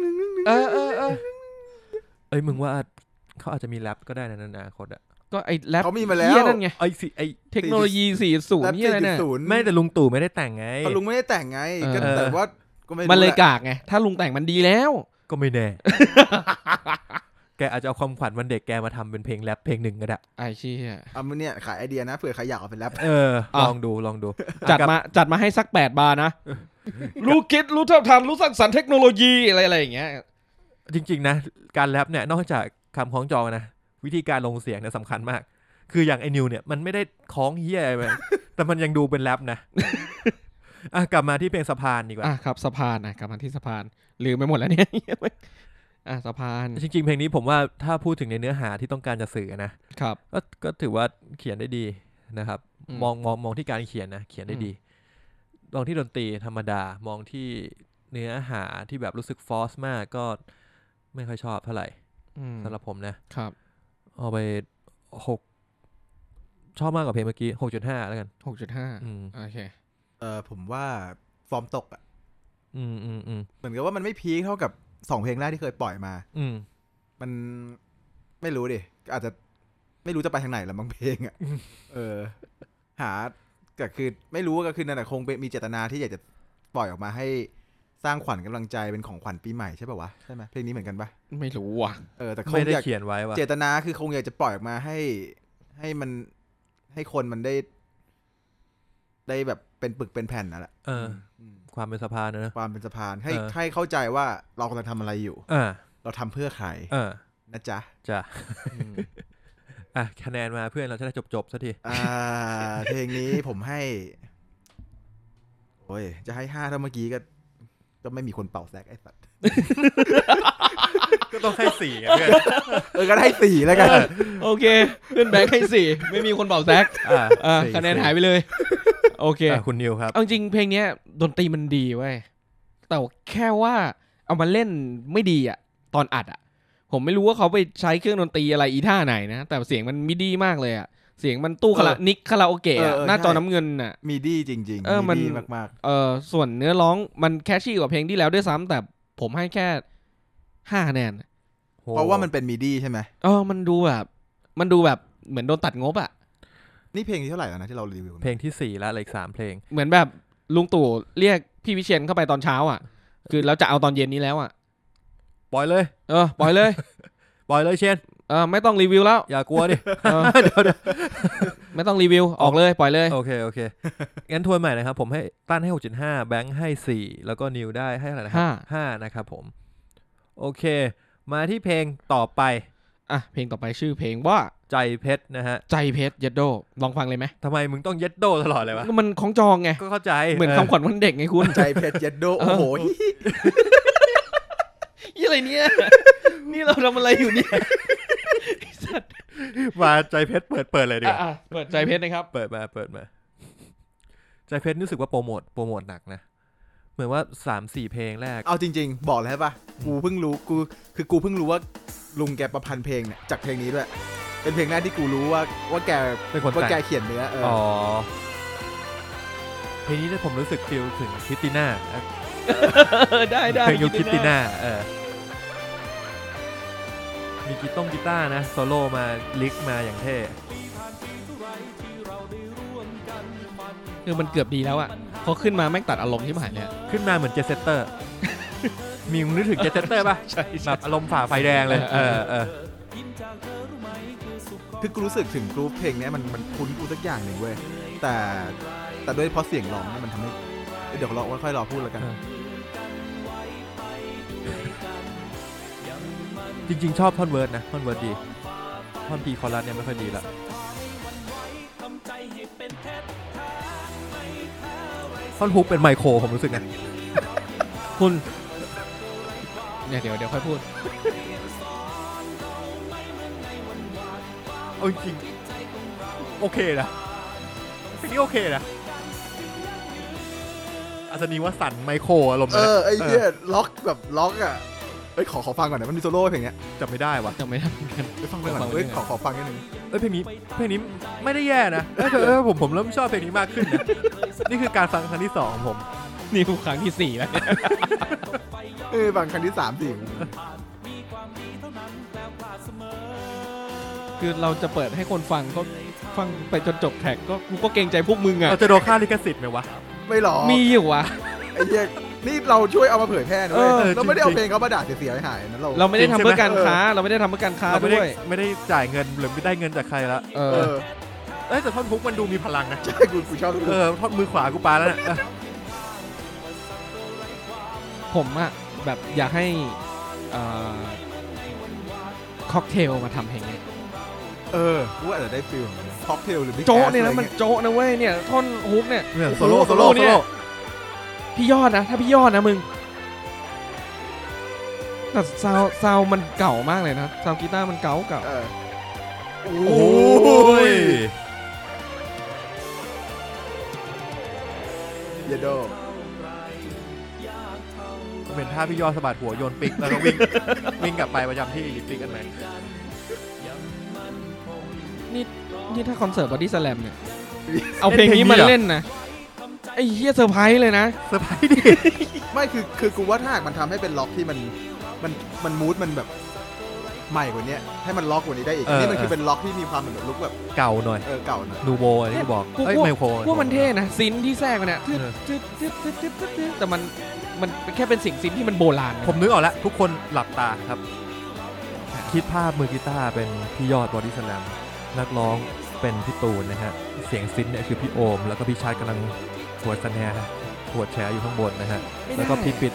มึงว่าเขาอาจจะมีแรปก็ได้ในอนาคตอะก็ไอ้แรปเขามีมาแล้วนั่นไงไอ้เทคโนโลยี40นี่อะไรเนี่ยไม่แต่ลุงตู่ไม่ได้แต่งไงลุงไม่ได้แต่งไงก็แต่ว่าก็ไม่มันเลยกากไงถ้าลุงแต่งมันดีแล้วก็ไม่แน่แกอาจจะเอาความขวัญวันเด็กแกมาทำเป็นเพลงแรปเพลงหนึ่งก็ได้ไอ้เชี่ยมันเนี่ยขายไอเดียนะเผื่อใครอยากเอาเป็นแรปลองดูจัดมาให้สัก8 บาร์นะรู้คิดรู้เท่าทันรู้สร้างสรรค์เทคโนโลยีอะไรอย่างเงี้ยจริงๆนะการแรปเนี่ยนอกจากคำคล้องจองนะวิธีการลงเสียงเนี่ยสำคัญมากคืออย่างไอ้นิวเนี่ยมันไม่ได้คล้องเหี้ยอะไรแต่มันยังดูเป็นแรปนะกลับมาที่เพลงสะพานดีกว่าครับสะพานกลับมาที่สะพานลืมไปหมดแล้วเนี่ยสะพานจริงๆเพลงนี้ผมว่าถ้าพูดถึงในเนื้อหาที่ต้องการจะสื่อนะครับก็ถือว่าเขียนได้ดีนะครับมองที่การเขียนนะเขียนได้ดีมองที่ดนตรีธรรมดามองที่เนื้อหาที่แบบรู้สึกฟอร์สมากก็ไม่ค่อยชอบเท่าไหร่สำหรับผมนะครับเอาไป6ชอบมากกว่าเพลงเมื่อกี้ 6.5 แล้วกัน 6.5 โอเคผมว่าฟอร์มตกอ่ะเหมือนกับว่ามันไม่พีคเท่ากับ2เพลงแรกที่เคยปล่อยมามันไม่รู้ดิอาจจะไม่รู้จะไปทางไหนแล้วบางเพลงอ่ะหาก็คือไม่รู้ก็คือนั่นแหละคงมีเจตนาที่อยากจะปล่อยออกมาให้สร้างขวัญกำลังใจเป็นของขวัญปีใหม่ใช่ป่าววะใช่ไหมเพลงนี้เหมือนกันปะไม่รู้ว่ะแต่คงไม่ได้เขียนไว้ว่าเจตนาคือคงอยากจะปล่อยออกมาให้มันให้คนมันได้แบบเป็นปึกเป็นแผ่นนั่นแหละความเป็นสะพานนะความเป็นสะพานให้เข้าใจว่าเรากำลังทำอะไรอยู่เราทำเพื่อใครนะจ๊ะคะแนนมาเพื่อนเราจะได้จบสักทีเพลงนี้ผมให้โอ้ยจะให้5ถ้าเมื่อกี้ก็ไม่มีคนเป่าแซกไอ้สัตว์ก็ต้องให้4ไงเพื่อนก็ให้4แล้วกันโอเคเพื่อนแบงค์ให้4ไม่มีคนเป่าแซกคะแนนหายไปเลยโอเคคุณนิวครับเอาจริงเพลงนี้ดนตรีมันดีเว้ยแต่แค่ว่าเอามาเล่นไม่ดีอ่ะตอนอัดอ่ะผมไม่รู้ว่าเขาไปใช้เครื่องดนตรีอะไรอีท่าไหนนะแต่เสียงมันมิดี้มากเลยอ่ะเสียงมันตู้คาราโอเกะหน้าจอน้ำเงินน่ะมิดี้จริงๆมันมากๆส่วนเนื้อร้องมันแคชชี่กว่าเพลงที่แล้วด้วยซ้ำแต่ผมให้แค่5คะแนนเพราะว่ามันเป็นมิดี้ใช่ไหมมันดูแบบเหมือนโดนตัดงบอ่ะนี่เพลงที่เท่าไหร่แล้วนะที่เรารีวิวเพลงที่4แล้วอีก3เพลงเหมือนแบบลุงตู่เรียกพี่วิเชียรเข้าไปตอนเช้าอ่ะคือแล้วจะเอาตอนเย็นนี้แล้วอ่ะปล่อยเลยปล่อยเลยปล่อยเลยเชียนไม่ต้องรีวิวแล้วอย่ากลัวดิเดี๋ยวไม่ต้องรีวิวออกเลยปล่อยเลยโอเคงั้นทวนใหม่นะครับผมให้ตั้นให้ 6.5 แบงค์ให้4แล้วก็นิวได้ให้เท่าไหร่นะครับ5นะครับผมโอเคมาที่เพลงต่อไปเพลงต่อไปชื่อเพลงว่าใจเพชรนะฮะใจเพชรเย็ดโดลองฟังเลยไหมทำไมมึงต้องเย็ดโดตลอดเลยวะมันของจองไงก็เข้าใจเหมือนคำขวัญวันเด็กไงคุณใจเพชรเย็ดโดโอ้โหยี่อะไรเนี่ยนี่เราทำอะไรอยู่เนี่ยมาใจเพชรเปิดเลยดิเปิดใจเพชรนะครับเปิดมาใจเพชรรู้สึกว่าโปรโมทหนักนะเหมือนว่า 3-4 เพลงแรกเอาจริงๆบอกเลยป่ะกูเพิ่งรู้กูเพิ่งรู้ว่าลุงแกประพันธ์เพลงเนี่ยจากเพลงนี้ด้วยเป็นเพลงแรกที่กูรู้ว่าแกเป็นคนแกเขียนเนื้อเพลงนี้เนี่ยผมรู้สึกฟีลถึงคริสติน่าได้เพลงยุคคริสติน่ามีกีตาร์นะโซโล่มาลิกมาอย่างเท่คือมันเกือบดีแล้วอ่ะพอขึ้นมาแม่งตัดอารมณ์ที่หายเลยขึ้นมาเหมือนเจสเซตเตอร์มีนึกถึงเจสเซตเตอร์ป่ะแบบอารมณ์ฝ่าไฟแดงเลยคือกูรู้สึกถึงกรุ๊ปเพลงนี้มันคุ้นกูสักอย่างหนึ่งเว้ยแต่ด้วยเพราะเสียงร้องมันทำให้เดี๋ยวเราค่อยรอพูดแล้วกันจริงๆชอบท่อนเวิร์ดนะท่อนเวิร์ดดีท่อนพีคอรัสเนี่ยไม่ค่อยดีละท่อนฮุกเป็นไมโครผมรู้สึกนะคุณเนี่ยเดี๋ยวค่อยพูดเอาจริงโอเคนะเพลงนี้โอเคนะอาจจะนี้ว่าสั่นไมโครอารมณ์นะไอ้เหี้ยล็อกแบบล็อกอ่ะขอฟังก่อนนะมันมีโซโล่เพลงเนี้ยจำไม่ได้วะจำไม่ได้ไปฟังไปก่อนขอฟังนิดนึงเพลงนี้ไม่ได้แย่นะผมเริ่มชอบเพลงนี้มากขึ้นนะนี่คือการฟังครั้งที่2ของผมนี่คือครั้งที่4แล้วฟังครั้งที่3สิคือเราจะเปิดให้คนฟังก็ฟังไปจนจบแท็กก็กูก็เกรงใจพวกมึงอ่ะเราจะโดนค่าลิขสิทธิ์ไหมวะไม่หรอกมีอยู่วะไอ้เหี้ยนี่เราช่วยเอามาเผยแพร่ด้วยเราไม่ได้เอาเพลงเขามาด่าเสียหายนั้นเราไม่ได้ทำเพื่อการค้าเราไม่ได้ทำเพื่อการค้าด้วยไม่ได้จ่ายเงินหรือไม่ได้เงินจากใครละแต่ท่อนฮุกมันดูมีพลังนะใช่กูชอบท่อนมือขวากูปาแล้วเนี่ยผมอะแบบอยากให้ค็อกเทลมาทำเพลงนี้กูอาจจะได้ฟีลค็อกเทลหรือโจ๊ะเนี่ยนะมันโจ๊ะนะเว้ยเนี่ยท่อนฮุกเนี่ยโซโล่เนี่ยพี่ยอดนะถ้าพี่ยอดนะมึงแต่ซาวมันเก่ามากเลยนะซาวกีตาร์มันเก่าโอ้ยเยโดเป็นท่าพี่ยอดสะบัดหัวโยนปิกแล้วก็วิ่งกลับไปประจำที่หยิบปิกกันไหมนี่ถ้าคอนเสิร์ตบอดี้สแลมเนี่ยเอาเพลงนี้มาเล่นนะไอ้เหี้ยเซอร์ไพรส์เลยนะเซอร์ไพรส์ดิไม่คือกูว่าถ้ามันทำให้เป็นล็อกที่มันมูดมันแบบใหม่กว่านี้ให้มันล็อกกว่านี้ได้อีกนี่มันคือเป็นล็อกที่มีความแบบลุคแบบเก่าหน่อยเก่าหน่อยนูโวอะไรที่บอกไมโครพวกมันเท่นะซินที่แทรกมันเนี่ยแต่มันแค่เป็นเสียงซินที่มันโบราณผมนึกออกแล้วทุกคนหลับตาครับคิดภาพมือกีตาร์เป็นพี่ยอดบอดี้สแลมนักร้องเป็นพี่ตูนนะฮะเสียงซินเนี่ยคือพี่โอมแล้วก็พี่ชาติกำลังหัวสแนร์หัวแชร์อยู่ข้างบนนะฮะแล้วก็พี่ปิด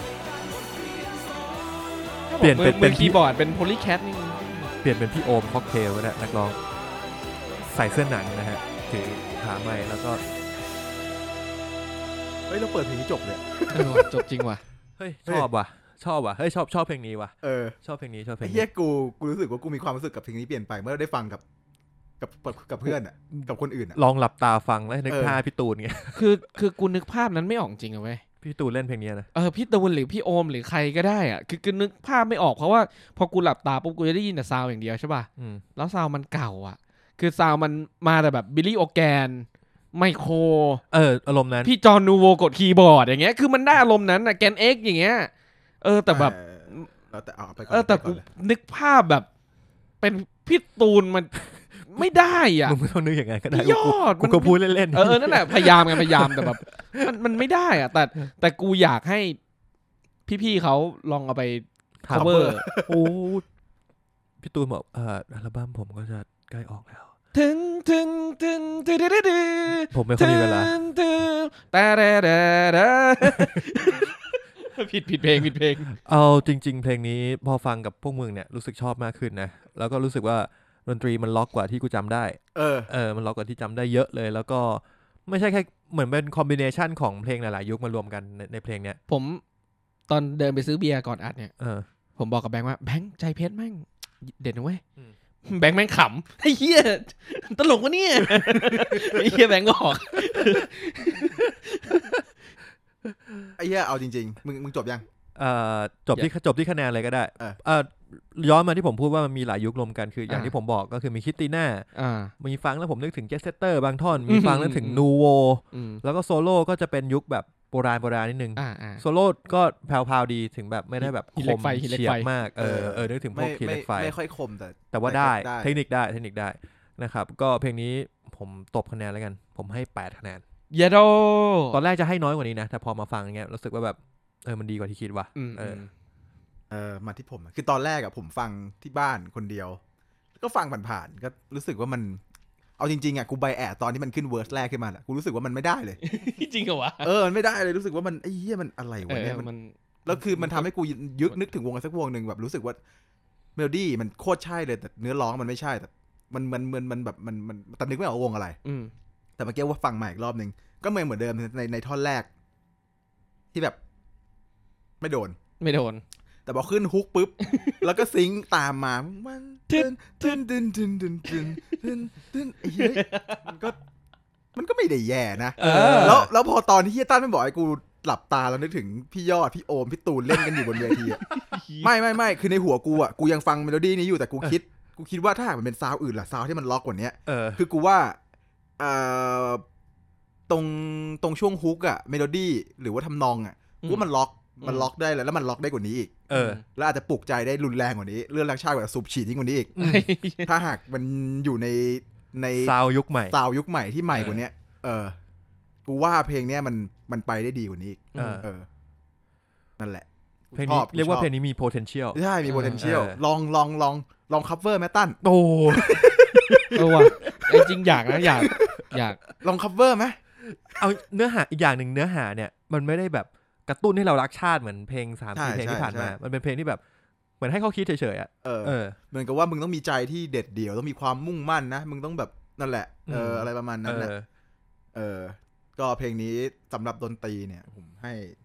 เปลี่ยนเป็นคีย์บอร์ดเป็นโพลีแคทนี่เปลี่ยนเป็นพี่โอมค็อกเทลก็ได้นักร้องใส่เสื้อหนังนะฮะถือขาไม้แล้วก็เราเปิดเพลงนี้จบเลยจบจริงว่ะเฮ้ยชอบว่ะชอบว่ะเฮ้ยชอบเพลงนี้ว่ะชอบเพลงนี้ไอ้เหี้ยกูรู้สึกว่ากูมีความรู้สึกกับเพลงนี้เปลี่ยนไปเมื่อได้ฟังกับเพื่อนอ่ะกับคนอื่นอ่ะลองหลับตาฟังแล้วนึกภาพพี่ตูนไงคือกูนึกภาพนั้นไม่ออกจริงอะเว้ยพี่ตูนเล่นเพลงนี้นะพี่ตูนหรือพี่โอมหรือใครก็ได้อ่ะคือนึกภาพไม่ออกเพราะว่าพอกูหลับตาปุ๊บกูจะได้ยินแต่ซาวอย่างเดียวใช่ป่ะแล้วซาวมันเก่าอ่ะคือซาวมันมาแต่แบบบิลลี่โอแกนไมโครอารมณ์นั้นพี่จอห์นนูโวกดคีย์บอร์ดอย่างเงี้ยคือมันได้อารมณ์นั้นอ่ะแกนเอ็กอย่างเงี้ยแต่แบบแต่กูนึกภาพแบบเป็นพี่ตูนมันไม่ได้อ่ะมึงไม่ต้องนึกอย่างไงก็ได้ยอดกูก็พูดเล่นๆนั่นแหละพยายามแต่แบบมันไม่ได้อ่ะแต่กูอยากให้พี่ๆเขาลองเอาไป cover โอ้พี่ตูนบอกอัลบั้มผมก็จะใกล้ออกแล้วถึงผมไม่ค่อยมีเวลาผิดเพลงเอาจริงๆเพลงนี้พอฟังกับพวกมึงเนี่ยรู้สึกชอบมากขึ้นนะแล้วก็รู้สึกว่าดนตรีมันล็อกกว่าที่กูจำได้มันล็อกกว่าที่จำได้เยอะเลยแล้วก็ไม่ใช่แค่เหมือนเป็นคอมบิเนชันของเพลงหลายๆยุคมารวมกันในเพลงเนี้ยผมตอนเดินไปซื้อเบียร์ก่อนอัดเนี่ยผมบอกกับแบงค์ว่าแบงค์ใจเพชรแม่งเด็ดนะเว้ยแบงค์แม่งขำไอ้เหี้ยตลกวะเนี่ยไอ้เหี้ยแบงค์บอกไอ้เหี้ยเอาจริงๆมึงจบยังจบที่คะแนนเลยก็ได้ย้อนมาที่ผมพูดว่ามันมีหลายยุครวมกันคืออย่างที่ผมบอกก็คือมีคิตตี้น่ามีฟังแล้วผมนึกถึงเจสเซเตอร์บางท่อนมีฟังแล้วถึงนูโวแล้วก็โซโล่ก็จะเป็นยุคแบบโบราณนิดนึงโซโล่ก็แผ่วๆดีถึงแบบไม่ได้แบบคมเฉียบมากนึกถึงพวกฮีเล็กไฟไม่ค่อยคมแต่ว่าได้เทคนิคได้นะครับก็เพลงนี้ผมตบคะแนนแล้วกันผมให้8คะแนนเยโดตอนแรกจะให้น้อยกว่านี้นะแต่พอมาฟังอย่างเงี้ยรู้สึกว่าแบบมันดีกว่าที่คิดว่ะมาที่ผมคือตอนแรกอะผมฟังที่บ้านคนเดียวก็ฟังผ่านๆก็รู้สึกว่ามันเอาจริงๆอะกูไบแอดตอนที่มันขึ้นเวิร์สแรกขึ้นมากูรู้สึกว่ามันไม่ได้เลยจริงเหรอวะมันไม่ได้เลยรู้สึกว่ามันไอ้เหี้ยมันอะไรวะเนี่ยมันแล้วคือมันทำให้กูนึกถึงวงสักวงนึงแบบรู้สึกว่าเมโลดี้มันโคตรใช่เลยแต่เนื้อร้องมันไม่ใช่แต่มันแบบมันแต่นึกไม่ออกวงอะไรแต่เมื่อกี้ว่าฟังใหม่อีกรอบนึงก็เหมือนเดิมในท่อนแรกที่แบบไม่โดนแต่พอขึ้นฮุกปุ๊บแล้วก็ซิงค์ตามมามันตึนไอ้เหี้ยมันก็ไม่ได้แย่นะแล้วพอตอนที่เฮียตั้นไม่บอกไอ้กูหลับตาแล้วนึกถึงพี่ยอดพี่โอมพี่ตูนเล่นกันอยู่บนเวทีอ่ะไม่คือในหัวกูอ่ะกูยังฟังเมโลดี้นี้อยู่แต่กูคิดว่าถ้าหากมันเป็นซาวด์อื่นล่ะซาวด์ที่มันล็อกกว่านี้คือกูว่าตรงช่วงฮุกอ่ะเมโลดี้หรือว่าทำนองอ่ะกูว่ามันล็อกได้แล้วมันล็อกได้กว่านี้อีกแล้วอาจจะปลุกใจได้รุนแรงกว่านี้เรื่องรักชาติแบบสูบฉีดยิ่งกว่านี้อีกถ้าหากมันอยู่ในซาวยุคใหม่ที่ใหม่กว่านี้กูว่าเพลงเนี้ยมันไปได้ดีกว่านี้อีกนั่นแหละเพลงนี้เรียกว่าเพลงนี้มี potential ใช่มี potential ลอง cover แมตตันโอ้ว่ะจริงอยากลอง cover ไหมเอาเนื้อหาอีกอย่างหนึ่งเนื้อหาเนี่ยมันไม่ได้แบบกระตุ้นให้เรารักชาติเหมือนเพลง 3-4 เพลงที่ผ่านมามันเป็นเพลงที่แบบเหมือนให้เขาคิดเฉยๆอ่ะเหมือนกับว่ามึงต้องมีใจที่เด็ดเดี่ยวต้องมีความมุ่งมั่นนะมึงต้องแบบนั่นแหละอะไรประมาณนั้นแหละก็เพลงนี้สำหรับดนตรีเนี่ยผมให้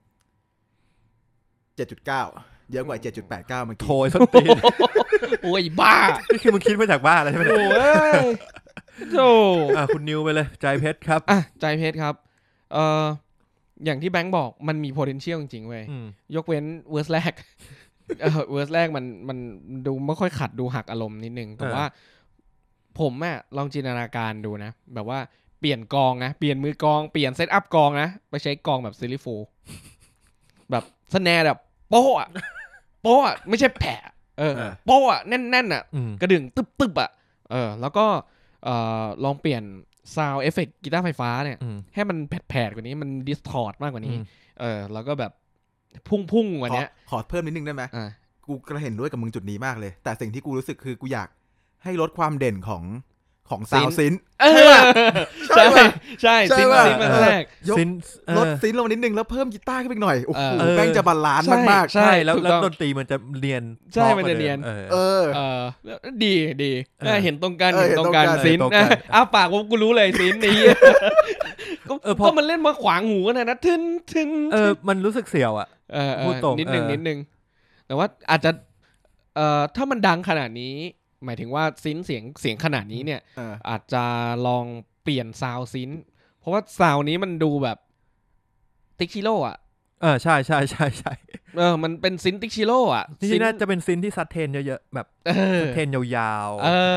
7.9 เยอะกว่า 7.89 เมื่อกี้โถยส้นตีนโอ้ยบ้านี่คือมึงคิดมาจากบ้าอะไรใช่ไหมโอ้ยโธ่คุณนิวไปเลยใจเพชรครับใจเพชรครับอย่างที่แบงค์บอกมันมี potential จริงๆเว้ยยกเว้นเวอร์สแรกเวอร์สแรกมันดูไม่ค่อยขัดดูหักอารมณ์นิดนึงแต่ว่าผมลองจินตนาการดูนะแบบว่าเปลี่ยนกองนะเปลี่ยนมือกองเปลี่ยนเซตอัพกองนะไปใช้กองแบบซิลิฟูแบบสแนร์แบบโป๊ะไม่ใช่แผะโป๊ะแน่นกระดึงตึบแล้วก็ลองเปลี่ยนซาวด์เอฟเฟคกีตาร์ไฟฟ้าเนี่ยให้มันแผดกว่านี้มันดิสทอร์ตมากกว่านี้แล้วก็แบบพุ่งกว่านี้ขอเพิ่มนิดนึงได้ไหมกูกระเห็นด้วยกับมึงจุดนี้มากเลยแต่สิ่งที่กูรู้สึกคือกูอยากให้ลดความเด่นของซาวด์ซินใช่ซินมันแรกลดซินลงนิดนึงแล้วเพิ่มกีตาร์ขึ้นไปหน่อยโอ้โหแม่งจะบาลานซ์มากๆใช่แล้วดนตรีมันจะเนียนใช่มันจะเนียนดีเห็นตรงกันซินปากกูรู้เลยซินนี้ก็มันเล่นมาขวางหูนะทึนมันรู้สึกเสียวอ่ะพูดตรงนิดนึงแต่ว่าอาจจะถ้ามันดังขนาดนี้หมายถึงว่าซินเสียงขนาดนี้เนี่ยอาจจะลองเปลี่ยนซาวซินเพราะว่าซาวนี้มันดูแบบติ๊กชิโร่อะใช่ใช่ใช่ใช่มันเป็นซินติ๊กชิโร่อะที่น่าจะเป็นซินที่ซัดเทนเยอะๆแบบซัดเทนยาว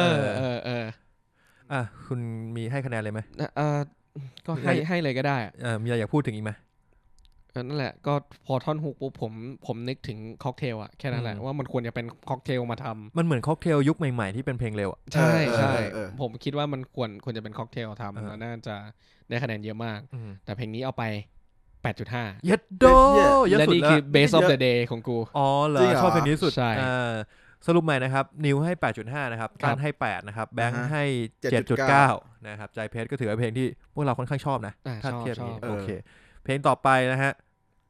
ๆคุณมีให้คะแนนเลยไหมก็ให้เลยก็ได้มีอะไรอยากพูดถึงอีกไหมนั่นแหละก็พอท่อนฮุกปุ๊บผมนึกถึงค็อกเทลอะแค่นั้นแหละว่ามันควรจะเป็นค็อกเทลมาทำมันเหมือนค็อกเทลยุคใหม่ๆที่เป็นเพลงเร็วใช่ใช่ผมคิดว่ามันควรจะเป็นค็อกเทลทำแล้วน่าจะได้คะแนนเยอะมากแต่เพลงนี้เอาไป 8.5 เย็ดโดเยอะสุดแล้วและนี่คือ Base of the Day ของกูอ๋อเหรอชอบเพลงนี้สุดใช่สรุปใหม่นะครับนิวให้ 8.5 นะครับการให้8นะครับแบงค์ให้ 7.9 นะครับใจเพชรก็ถือว่าเพลงที่พวกเราค่อนข้างชอบนะถ้าเทียบนี้โอเคเพลงต่อไปนะฮะ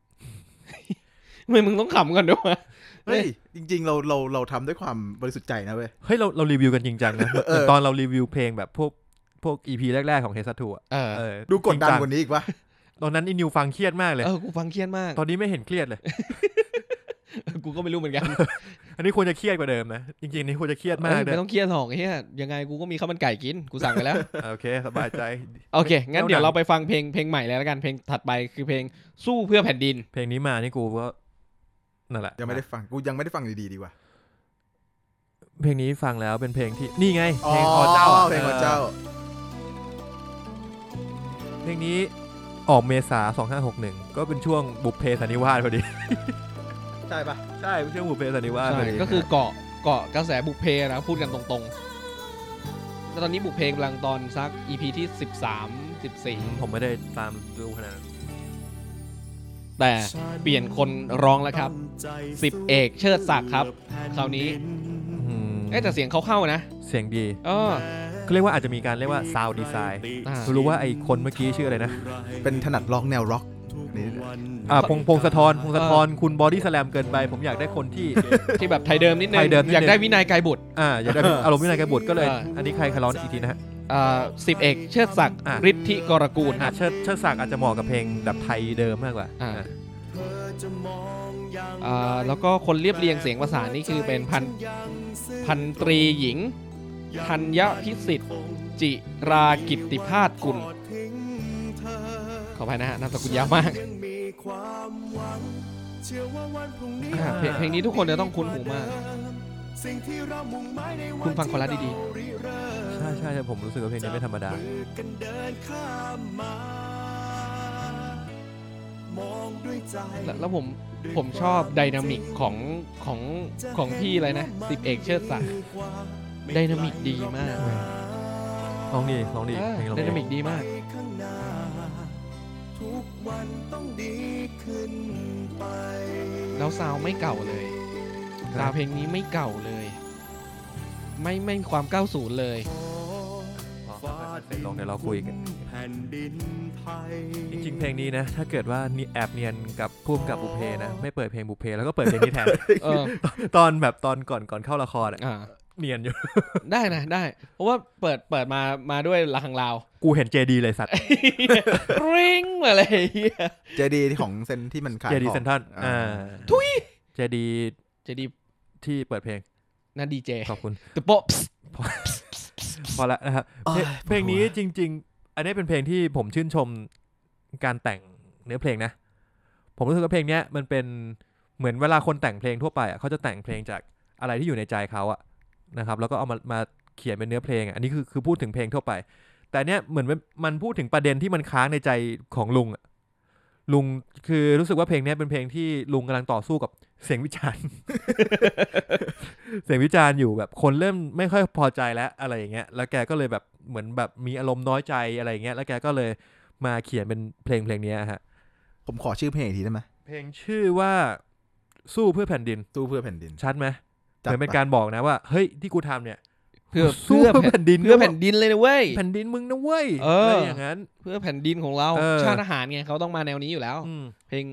ไม่มึงต้องขำก่อนด้วยเฮ้ยจริงๆเราทำด้วยความบริสุทธิ์ใจนะเว้ยเฮ้ยเรารีวิวกันจริงจังนะตอนเรารีวิวเพลงแบบพวก EP แรกๆของเฮซัตทูดูกดดันกว่านี้อีกวะตอนนั้นนิวฟังเครียดมากเลยกูฟังเครียดมากตอนนี้ไม่เห็นเครียดเลยกูก็ไม่รู้เหมือนกันอันนี้ควรจะเครียดกว่าเดิมนะจริงๆนี่ควรจะเครียดมากไม่ต้องเครียดหรอกเฮียยังไงกูก็มีข้าวมันไก่กินกูสั่งไปแล้วโอเคสบายใจโอเคงั้นเดี๋ยวเราไปฟังเพลงใหม่แล้วกันเพลงถัดไปคือเพลงสู้เพื่อแผ่นดินเพลงนี้มานี่กูก็นั่นแหละยังไม่ได้ฟังกูยังไม่ได้ฟังดีกว่าเพลงนี้ฟังแล้วเป็นเพลงที่นี่ไงเพลงขอเจ้าเพลงขอเจ้าเพลงนี้ออกเมษา2561ก็เป็นช่วงบุพเพสันนิวาสพอดีใช่ปะใช่เป็นช่วงบุพเพสันนิวาสพอดีก็คือเกาะกระแสบุพเพนะพูดกันตรงๆแล้วตอนนี้บุพเพกำลังตอนซัก EP ที่13 14 ผมไม่ได้ตามดูขนาดนั้นแต่เปลี่ยนคนร้องแล้วครับ10เอกเชิดศักดิ์ครับคราวนี้แต่เสียงเขาเข้านะเสียงดีก็เรียกว่าอาจจะมีการเรียกว่า sound design รู้ว่าไอ้คนเมื่อกี้ชื่ออะไรนะเป็นถนัดร้องแนวร็อกพงศธรคุณบอดี้สแลมเกินไปผมอยากได้คนที่แบบไทยเดิมนิดนึงอยากได้วินัยไกรบุตรอยากได้อารมณ์วินัยไกรบุตรก็เลยอันนี้ใครร้องอีกทีนะฮะ 10เอกเชิดศักดิ์ฤทธิกรกูลเชิดศักดิ์อาจจะเหมาะกับเพลงแบบไทยเดิมมากกว่าแล้วก็คนเรียบเรียงเสียงประสานนี่คือเป็นพันตรีหญิงธัญพิสิทธิ์จิรากิตติภาสกุลขออภัยนะฮะนามสกุลยาวมากเพลงนี้ทุกคนจะต้องคุ้นหูมากคุณฟังคอรัสดีๆใช่ผมรู้สึกว่าเพลงนี้ไม่ธรรมดาแล้วผมชอบไดนามิกของพี่อะไรนะ10เอกเชิดศักดิ์ไดนามิกดีมากร้องดีไดนามิกดีมากแล้วซาวไม่เก่าเลยซาวเพลงนี้ไม่เก่าเลยไม่ความ90เลยลองเดี๋ยวเราคุยกันจริงๆเพลงนี้นะถ้าเกิดว่านี่แอบเนียนกับพุ่มกับบุพเพนะไม่เปิดเพลงบุพเพแล้วก็เปิดเพลงนี้แทนตอนก่อนเข้าละครเนียนอยู่ได้นะได้เพราะว่าเปิดมาด้วยระฆังลาวกูเห็นเจดีเลยสัตว์ริงมาเลยเจดีของเซนที่มันขายเจดีเซนทันทุยเจดีที่เปิดเพลงน่าดีเจขอบคุณตุ๊บพอละนะครับเพลงนี้จริงๆอันนี้เป็นเพลงที่ผมชื่นชมการแต่งเนื้อเพลงนะผมรู้สึกว่าเพลงนี้มันเป็นเหมือนเวลาคนแต่งเพลงทั่วไปเขาจะแต่งเพลงจากอะไรที่อยู่ในใจเขาอะนะครับแล้วก็เอามาเขียนเป็นเนื้อเพลงอันนี้คือพูดถึงเพลงทั่วไปแต่เนี้ยเหมือนมันพูดถึงประเด็นที่มันค้างในใจของลุงคือรู้สึกว่าเพลงนี้เป็นเพลงที่ลุงกำลังต่อสู้กับเสียงวิจารณ์ เสียงวิจารณ์อยู่แบบคนเริ่มไม่ค่อยพอใจแล้วอะไรอย่างเงี้ยแล้วแกก็เลยแบบเหมือนแบบมีอารมณ์น้อยใจอะไรอย่างเงี้ยแล้วแกก็เลยมาเขียนเป็นเพลงนี้ฮะผมขอชื่อเพลงอีกทีได้ไหมเพลงชื่อว่าสู้เพื่อแผ่นดินชัดไหมเหมือนเป็นการบอกนะว่าเฮ้ยที่กูทำเนี่ยเพื่อแผ่นดินเลยนะเว้ยแผ่นดินมึงนะเว้ยอะไรอย่างนั้นเพื่อแผ่นดินของเราชาติทหารไงเขาต้องมาแนวนี้อยู่แล้วเพลง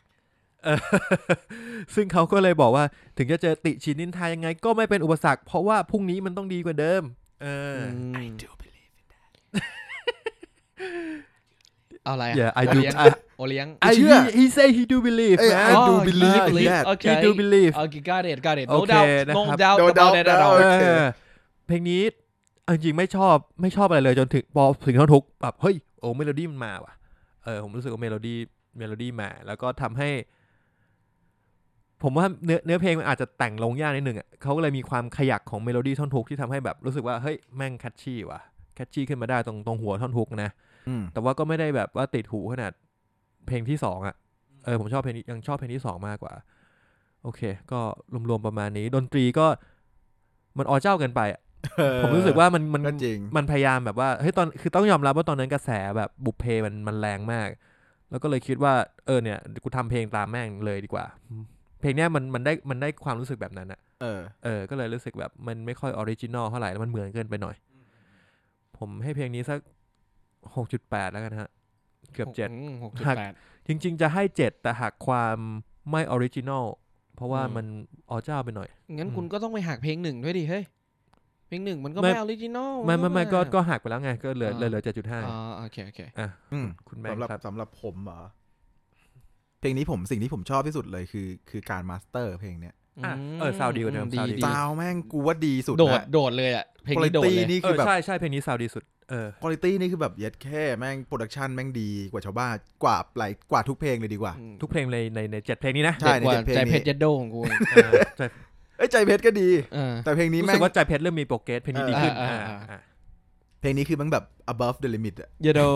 ซึ่งเขาก็เลยบอกว่าถึงจะเจอติชินนินทายังไงก็ไม่เป็นอุปสรรคเพราะว่าพรุ่งนี้มันต้องดีกว่าเดิมI do believe in that อะไร Yeah I do โอเลี้ยง he say he do believe I do believe in that he do believe okay got it no doubt about it at all เพลงนี้จริงไม่ชอบอะไรเลยจนถึงพอถึงท่อนฮุกแบบเฮ้ยโอ้เมโลดี้มันมาว่ะผมรู้สึกว่าเมโลดี้มาแล้วก็ทำให้ผมว่าเนื้อเพลงมันอาจจะแต่งลงยากนิดนึงอ่ะเขาก็เลยมีความขยักของเมโลดี้ท่อนฮุกที่ทำให้แบบรู้สึกว่าเฮ้ยแม่งแคชชี่ว่ะแคชชี่ขึ้นมาได้ตรงหัวท่อนฮุกนะแต่ว่าก็ไม่ได้แบบว่าติดหูขนาดเพลงที่2อ่ะผมชอบเพลงนี้ยังชอบเพลงที่2มากกว่าโอเคก็รวมๆประมาณนี้ดนตรีก็มันเจ้าเกินไปผมรู้สึกว่ามันพยายามแบบว่าเฮ้ยคือต้องยอมรับว่าตอนนั้นกระแสแบบบุพเพมันแรงมากแล้วก็เลยคิดว่าเนี่ยกูทำเพลงตามแม่งเลยดีกว่าเพลงเนี้ยมันได้ความรู้สึกแบบนั้นอ่ะก็เลยรู้สึกแบบมันไม่ค่อยออริจินอลเท่าไหร่แล้วมันเหมือนเกินไปหน่อยผมให้เพลงนี้สัก 6.8 แล้วกันฮะเกือบ 7 6.8 จริงๆจะให้7แต่หักความไม่ออริจินอลเพราะว่ามันเจ้าไปหน่อยงั้นคุณก็ต้องไปหักเพลง1ด้วยดิเฮ้ยเพลง1มันก็ไม่ออริจินอลไม่ก็หักไปแล้วไงก็เหลือ 7.5 โอเคอ่ะคุณแม่ครับสำหรับผมเหรอเพลงนี้สิ่งที่ผมชอบที่สุดเลยคือการมาสเตอร์เพลงเนี้ยซาวด์ดีกว่าเดิมซาวด์แม่งกูว่าดีสุดนะโดดเลยอ่ะเพลงนี้โดดเลยนี่คือแบบใช่เพลงนี้ซาวด์ดีสุดคุณภาพนี่คือแบบเย็ดแค่แม่งโปรดักชันแม่งดีกว่าชาวบ้านกว่าทุกเพลงเลยดีกว่าทุกเพลงใน7เพลงนี้นะใช่ใน7เพลงนี้ใจเพชรยัดโดของกูใจเพชรก็ดีแต่เพลงนี้แม่งรู้สึกว่าใจเพชรเริ่มมีโปรเกรสเพลงนี้ดีขึ้นเพลงนี้คือมันแบบ above the limit อะยัดโด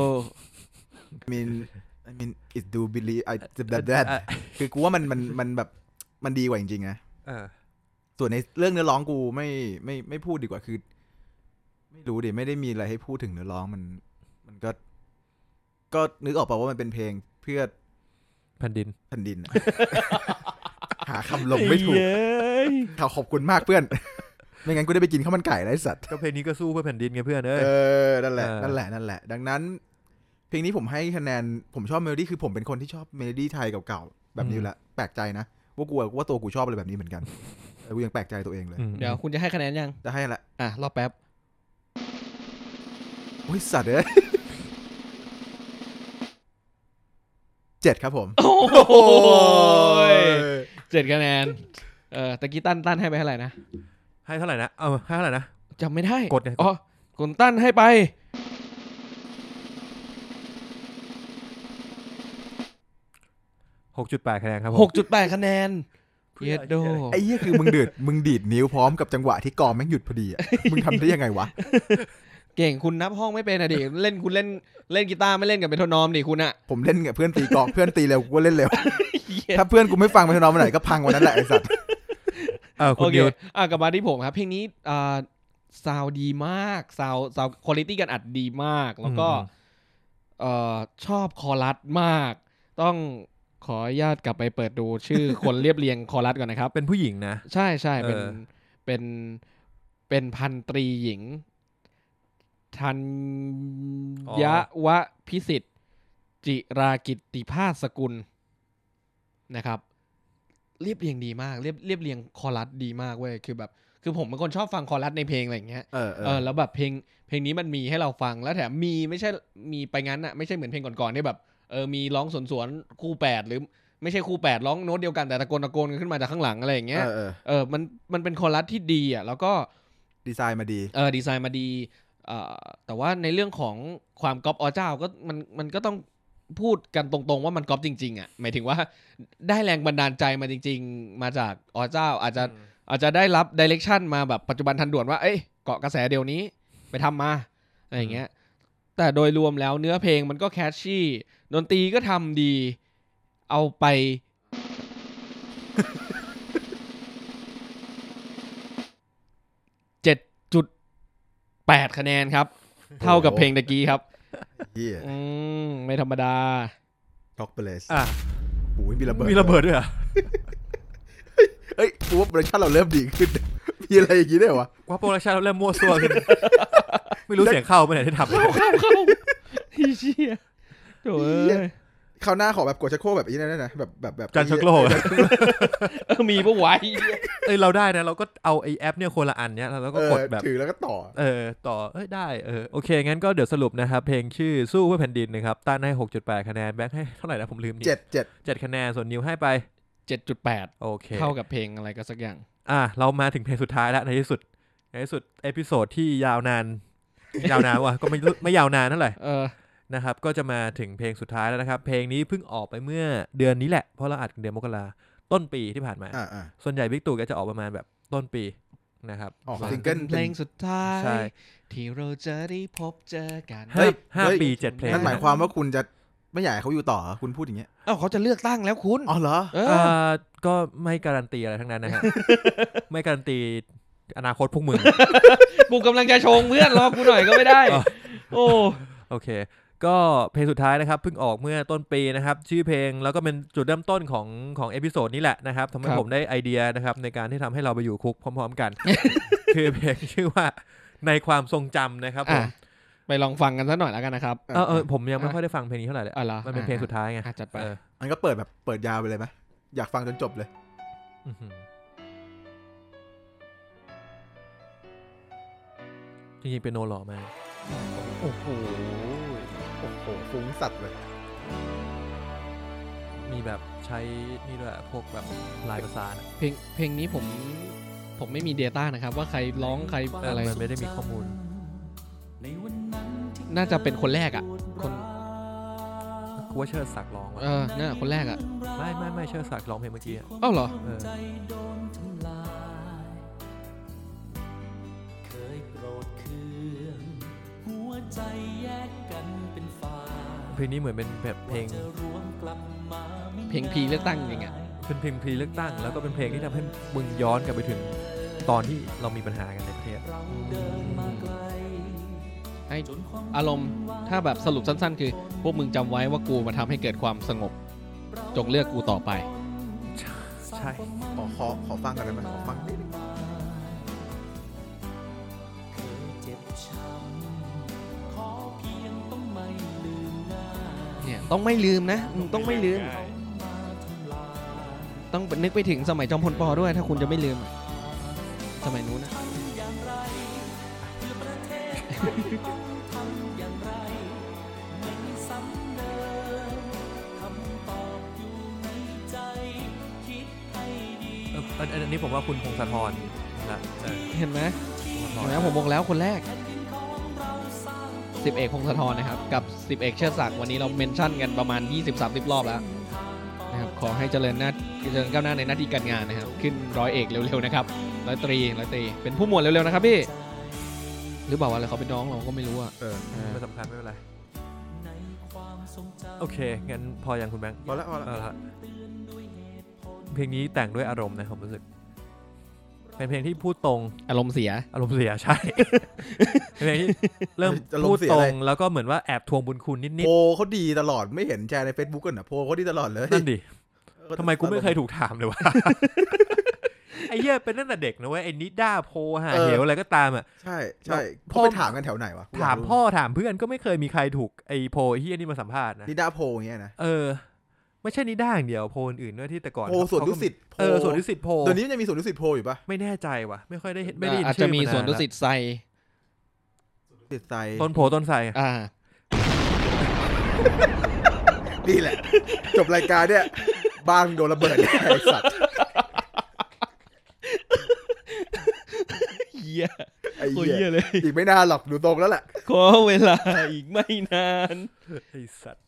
I mean it do believe I that คือกูว่ามันแบบมันดีกว่าจริงๆนะส่วนในเรื่องเนื้อร้องกูไม่พูดดีกว่าคือไม่รู้ดิไม่ได้มีอะไรให้พูดถึงเนื้อร้องมันก็นึกออกป่ะว่ามันเป็นเพลงเพื่อแผ่นดินหาคำลงไม่ถูกขอบคุณมากเพื่อนไม่งั้นกูได้ไปกินข้าวมันไก่ไร้สัตว์ก็เพลงนี้ก็สู้เพื่อแผ่นดินไงเพื่อนนั่นแหละดังนั้นเพลงนี้ผมให้คะแนนผมชอบเมโลดี้คือผมเป็นคนที่ชอบเมโลดี้ไทยเก่าๆแบบนี้แหละแปลกใจนะว่าตัวกูชอบอะไรแบบนี้เหมือนกันแต่กูยังแปลกใจตัวเองเลยเดี๋ยวคุณจะให้คะแนนยังจะให้ละรอแป๊บโอ้ยสัตว์7ครับผมโอ้ย7คะแนนตะกี้ตั้นให้ไปเท่าไหร่นะให้เท่าไหร่นะให้เท่าไหร่นะจำไม่ได้กดเนี่ยคุณตั้นให้ไป 6.8 คะแนนครับผม 6.8 คะแนนเย็ดโดไอ้เหี้ยคือมึงดีดนิ้วพร้อมกับจังหวะที่กองแม่งหยุดพอดีอ่ะมึงทำได้ยังไงวะเก่งคุณนับห้องไม่เป็นอ่ะดิคุณเล่นกีตาร์ไม่เล่นกับเมโทรนอมดิคุณอ่ะผมเล่นกับเพื่อนตีกองเพื่อนตีเร็วกูเล่นเร็วถ้าเพื่อนกูไม่ฟังเมโทรนอมเมื่อไหร่ก็พังวันนั้นแหละไอ้สัตว์โอเคกลับมาที่ผมครับเพลงนี้ซาวดีมากซาวควอลิตี้การอัดดีมากแล้วก็ชอบคอรัสมากต้องขออนุญาตกลับไปเปิดดูชื่อคนเรียบเรียงคอรัสก่อนนะครับเป็นผู้หญิงนะใช่เป็นพันตรีหญิงธัญวะพิสิทธิ์จิรากิตติภาสสกุลนะครับเรียบเรียงดีมากเรียบเรียงคอรัสดีมากเว้ยคือผมเป็นคนชอบฟังคอรัสในเพลงอะไรอย่างเงี้ยแล้วแบบเพลงนี้มันมีให้เราฟังแล้วแถมไม่ใช่มีไปงั้นอ่ะไม่ใช่เหมือนเพลงก่อนๆที่แบบมีร้องสวนคู่8หรือไม่ใช่คู่8ร้องโน้ตเดียวกันแต่ตะโกนกันขึ้นมาจากข้างหลังอะไรอย่างเงี้ยมันเป็นคอรัสที่ดีอ่ะแล้วก็ดีไซน์มาดีดีไซน์มาดีแต่ว่าในเรื่องของความก๊อปเจ้าก็มันก็ต้องพูดกันตรงๆว่ามันก๊อปจริงๆอ่ะหมายถึงว่าได้แรงบันดาลใจมาจริงๆมาจากเจ้าอาจจะได้รับไดเรกชันมาแบบปัจจุบันทันด่วนว่าเกาะกระแสเดี๋ยวนี้ไปทำมาอะไรอย่างเงี้ยแต่โดยรวมแล้วเนื้อเพลงมันก็แคชชี่ดนตรีก็ทำดีเอาไป7.8 คะแนนครับเท่ากับเพลงตะกี้ครับไม่ธรรมดาท็อกเปเลสโอ้ยมีระเบิดด้วยกูว่าโปรดักชั่นเราเริ่มดีขึ้นมีอะไรอย่างงี้ได้วะว่าโปรดักชั่นเราเริ่มมั่วซั่วขึ้นไม่รู้เสียงเข้าไปไหนที่ทำเข้าเชี่ยโถ่คราวหน้าขอแบบกดชักโครกแบบนี้นะแบบจานชักโครกมีปะวะเราได้นะเราก็เอาไอแอปเนี่ยคนละอันเนี้ยแล้วก็กดแบบถือแล้วก็ต่อต่อได้โอเคงั้นก็เดี๋ยวสรุปนะครับเพลงชื่อสู้เพื่อแผ่นดินนะครับต้านให้ 6.8 คะแนนแบงค์ให้เท่าไหร่นะผมลืมนี่7คะแนนส่วนนิวให้ไป 7.8 โอเคเท่ากับเพลงอะไรก็สักอย่างเรามาถึงเพลงสุดท้ายแล้วในที่สุดเอพิโซดที่ยาวนานว่ะก็ไม่ยาวนานเท่าไหร่นะครับก็จะมาถึงเพลงสุดท้ายแล้วนะครับเพลงนี้เพิ่งออกไปเมื่อเดือนนี้แหละเพราะเราอัดเดือนมกราต้นปีที่ผ่านมาส่วนใหญ่บิ๊กตู่ก็จะออกประมาณแบบต้นปีนะครับออกซิงเกิลเพลงสุดท้ายที่เราจะได้พบเจอกัน 5 ปี 7 เพลงนั่นหมายความว่าคุณจะไม่อยากให้เขาอยู่ต่อคุณพูดอย่างเงี้ยเขาจะเลือกตั้งแล้วคุณเหรอก็ไม่การันตีอะไรทั้งนั้นนะฮะ ไม่การันตีอนาคตพวกมึงกูกำลังจะชงเพื่อนรอกูหน่อยก็ไม่ได้โอเคก็เพลงสุดท้ายนะครับเพิ่งออกเมื่อต้นปีนะครับชื่อเพลงแล้วก็เป็นจุดเริ่มต้นของเอพิโซดนี้แหละนะครับทำให้ผมได้ไอเดียนะครับในการที่ทำให้เราไปอยู่คุกพร้อมๆกัน คือเพลงชื่อว่าในความทรงจำนะครับผมไปลองฟังกันสักหน่อยแล้วกันนะครับผมยังไม่ค่อยได้ฟังเพลงนี้เท่าไหร่เลยมันเป็นเพลงสุดท้ายไงจัดไปมันก็เปิดยาวไปเลยไหมอยากฟังจนจบเลยจริงๆเป็นโนหล่อมากโอ้โหฟุ้งสัตว์เลยมีแบบใช้นี่ด้วยพวกแบบลายประสานเพลงนี้ผมไม่มี data นะครับว่าใครร้องใครอะไรมันไม่ได้มีข้อมูลน่าจะเป็นคนแรกคนกูว่าเชิดศักดิ์ร้องน่าคนแรกไม่เชิดศักดิ์ร้องเพลงเมื่อกี้เหรอเพลงนี้เหมือนเป็นแบบเพลงพีเลือกตั้งจริงเป็นเพลงพีเลือกตั้งแล้วก็เป็นเพลงที่ทำให้มึงย้อนกลับไปถึงตอนที่เรามีปัญหากันในประเทศให้อารมณ์ถ้าแบบสรุปสั้นๆคือพวกมึงจำไว้ว่ากูมาทำให้เกิดความสงบจงเลือกกูต่อไปใช่ขอฟังกันได้ไหมขอฟังเนี่ยต้องไม่ลืมนะมึงต้องไม่ลืมต้องนึกไปถึงสมัยจอมพลป.ด้วยถ้าคุณจะไม่ลืมสมัยนู้นนะอันนี้ผมว่าคุณพงศธรนะเห็นไหมผมบอกแล้วคนแรก10 เอกพงศธรนะครับกับ10 เอกเชิดศักดิ์วันนี้เราเมนชั่นกันประมาณ 20-30 รอบแล้วนะครับขอให้เจริญก้าวหน้าในหน้าที่การงานนะครับขึ้นร้อยเอกเร็วๆนะครับร้อยตรีเป็นผู้หมวดเร็วๆนะครับพี่หรือเปล่าว่าอะไรเขาเป็นน้องเราก็ไม่รู้ไม่สำคัญไม่เป็นไรโอเคงั้นพออย่างคุณแบงค์พอแล้วเพลงนี้แต่งด้วยอารมณ์นะผมรู้สึกเป็นเพลงที่พูดตรงอารมณ์เสียใช่เป็นเพลงที่เริ่มพูดตรงแล้วก็เหมือนว่าแอบทวงบุญคุณนิดๆโพเขาดีตลอดไม่เห็นแชร์ใน Facebook กันนะโพเขาดีตลอดเลยนั่นดิทำไมกูไม่เคยถูกถามเลยวะไอ้เหี้ยเป็นตั้งแต่เด็กนะเว้ยไอ้นิด้าโพหาเหวอะไรก็ตามใช่พ่อไปถามกันแถวไหนวะถามพ่อถามเพื่อนก็ไม่เคยมีใครถูกไอ้โพเหี้ยนี่มาสัมภาษณ์นะนิด้าโพอย่างเงี้ยนะไม่ใช่นิด้าอย่างเดียวโพอื่นด้วยที่แต่ก่อนโพสวนดุสิตสวนดุสิตโพเดี๋ยวนี้จะมีสวนดุสิตโพอยู่ปะไม่แน่ใจว่ะไม่ค่อยได้ไม่ได้ยินชื่ออาจจะมีสวนดุสิตไซต้นโพต้นไทรนี่แหละจบรายการเนี่ยบ้านโดนระเบิดไอ้สัตว์เหี้ยเลยอีกไม่นานหรอกดูตรงแล้วแหละขอเวลาอีกไม่นานไอ้สัตว์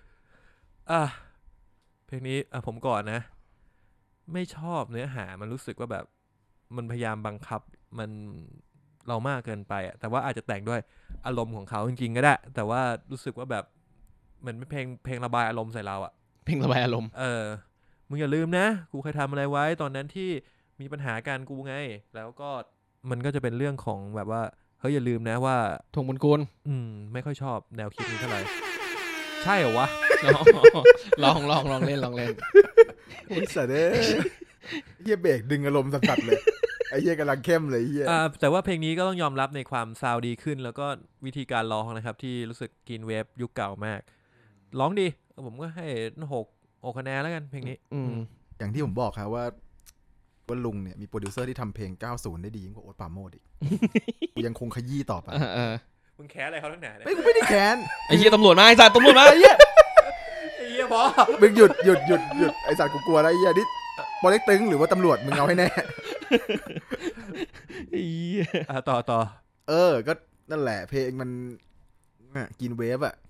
เพลงนี้ผมก่อนนะไม่ชอบเนื้อหามันรู้สึกว่าแบบมันพยายามบังคับมันเรามากเกินไปแต่ว่าอาจจะแต่งด้วยอารมณ์ของเขาจริงๆก็ได้แต่ว่ารู้สึกว่าแบบเหมือนเพลงระบายอารมณ์ใส่เราเพลงระบายอารมณ์มึงอย่าลืมนะกูเคยทำอะไรไว้ตอนนั้นที่มีปัญหาการกูไงแล้วก็มันก็จะเป็นเรื่องของแบบว่าเฮ้ยอย่าลืมนะว่าทวงบุญคุณไม่ค่อยชอบแนวคิดนี้เท่าไหร่ใช่เหรอวะลองเล่นไอ้สัตว์เฮียเบรกดึงอารมณ์สัตว์เลยไอ้เฮียกำลังเข้มเลยเฮียแต่ว่าเพลงนี้ก็ต้องยอมรับในความซาวด์ดีขึ้นแล้วก็วิธีการร้องนะครับที่รู้สึกกินเวฟยุคเก่ามากร้องดีผมก็ให้6 คะแนนแล้วกันเพลงนี้อย่างที่ผมบอกครับว่าลุงเนี่ยมีโปรดิวเซอร์ที่ทำเพลง90ได้ดียิ่งกว่าโอ๊ตปราโมชอีกกูยังคงขยี้ต่อไปมึงแค้นอะไรเขาตั้งแต่ไม่กูไม่ได้แค้นไอ้เหี้ยตำรวจมาไอ้สัตว์ตำรวจมาไอ้เหี้ยพอมึงหยุดไอ้สัตว์กูกลัวแล้วไอ้เหี้ยนี่บอลเล็กตึงหรือว่าตำรวจมึงเอาให้แน่ไอ้เหี้ยต่อก็นั่นแหละเพลงมันกินเวฟอ่ะ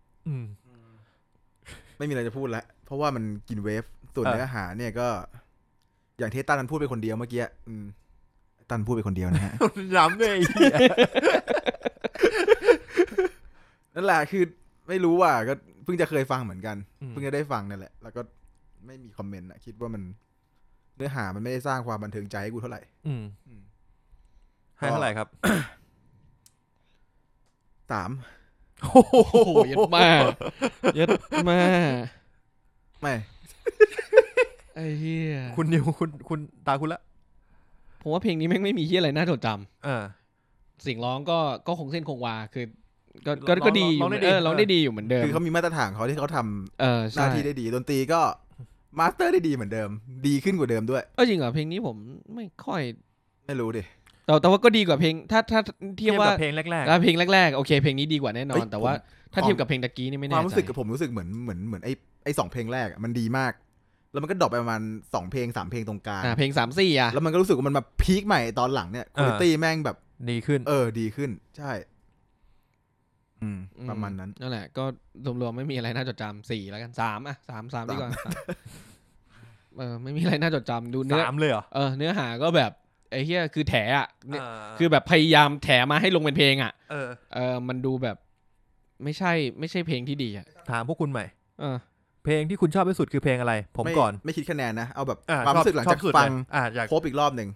ไม่มีอะไรจะพูดแล้วเพราะว่ามันกินเวฟส่วนเนื้อหาเนี่ยก็อย่างที่ตันพูดไปคนเดียวเมื่อกี้ตันพูดไปคนเดียวนะฮะย้ำด้วยนั่นแหละคือไม่รู้ว่าก็เพิ่งจะเคยฟังเหมือนกันเพิ่งจะได้ฟังนั่นแหละแล้วก็ไม่มีคอมเมนต์คิดว่ามันเนื้อหามันไม่ได้สร้างความบันเทิงใจให้กูเท่าไหร่ให้เท่าไหร่ครับ 3 โอ้โหยัดมาไม่ไอ้เหี้ยคุณนิวคุณตาคุณละผมว่าเพลงนี้แม่งไม่มีเหี้ยอะไรน่าจดจำเสียงร้องก็คงเส้นคงวาคือก็ดีอยู่ร้องได้ดีอยู่เหมือนเดิมคือเขามีมาตรฐานเขาที่เขาทำหน้าที่ได้ดีดนตรีก็มาสเตอร์ได้ดีเหมือนเดิมดีขึ้นกว่าเดิมด้วยจริงเหรอเพลงนี้ผมไม่ค่อยไม่รู้ดิแต่ว่าก็ดีกว่าเพลงถ้าเทียบว่าเพลงแรกเพลงแรกๆโอเคเพลงนี้ดีกว่าแน่นอนแต่ว่าถ้าเทียบกับเพลงตะกี้นี่ไม่แน่ใจความรู้สึกกับผมรู้สึกเหมือนไอ้2เพลงแรกมันดีมากแล้วมันก็ดรอปไปประมาณ2เพลง3เพลงตรงกลางเพลง3-4 แล้วมันก็รู้สึกว่ามันมาพีคใหม่ตอนหลังเนี่ยคุณภาพแม่งแบบดีขึ้นดีขึ้นใช่ประมาณนั้นนั่นแหละก็รวมๆไม่มีอะไรน่าจดจำ4แล้วกัน3ดีกว่าไม่มีอะไรน่าจดจำดูเนื้อ 3เลยเหรอเนื้อหาก็แบบไอ้เหี้ยคือแถอ่ะคือแบบพยายามแถมาให้ลงเป็นเพลงอ่ะมันดูแบบไม่ใช่เพลงที่ดีอ่ะถามพวกคุณใหม่เพลงที่คุณชอบที่สุดคือเพลงอะไรผมก่อนไม่คิดคะแนนนะเอาแบบความรู้สึกหลังจากฟังครบอีกรอบนึง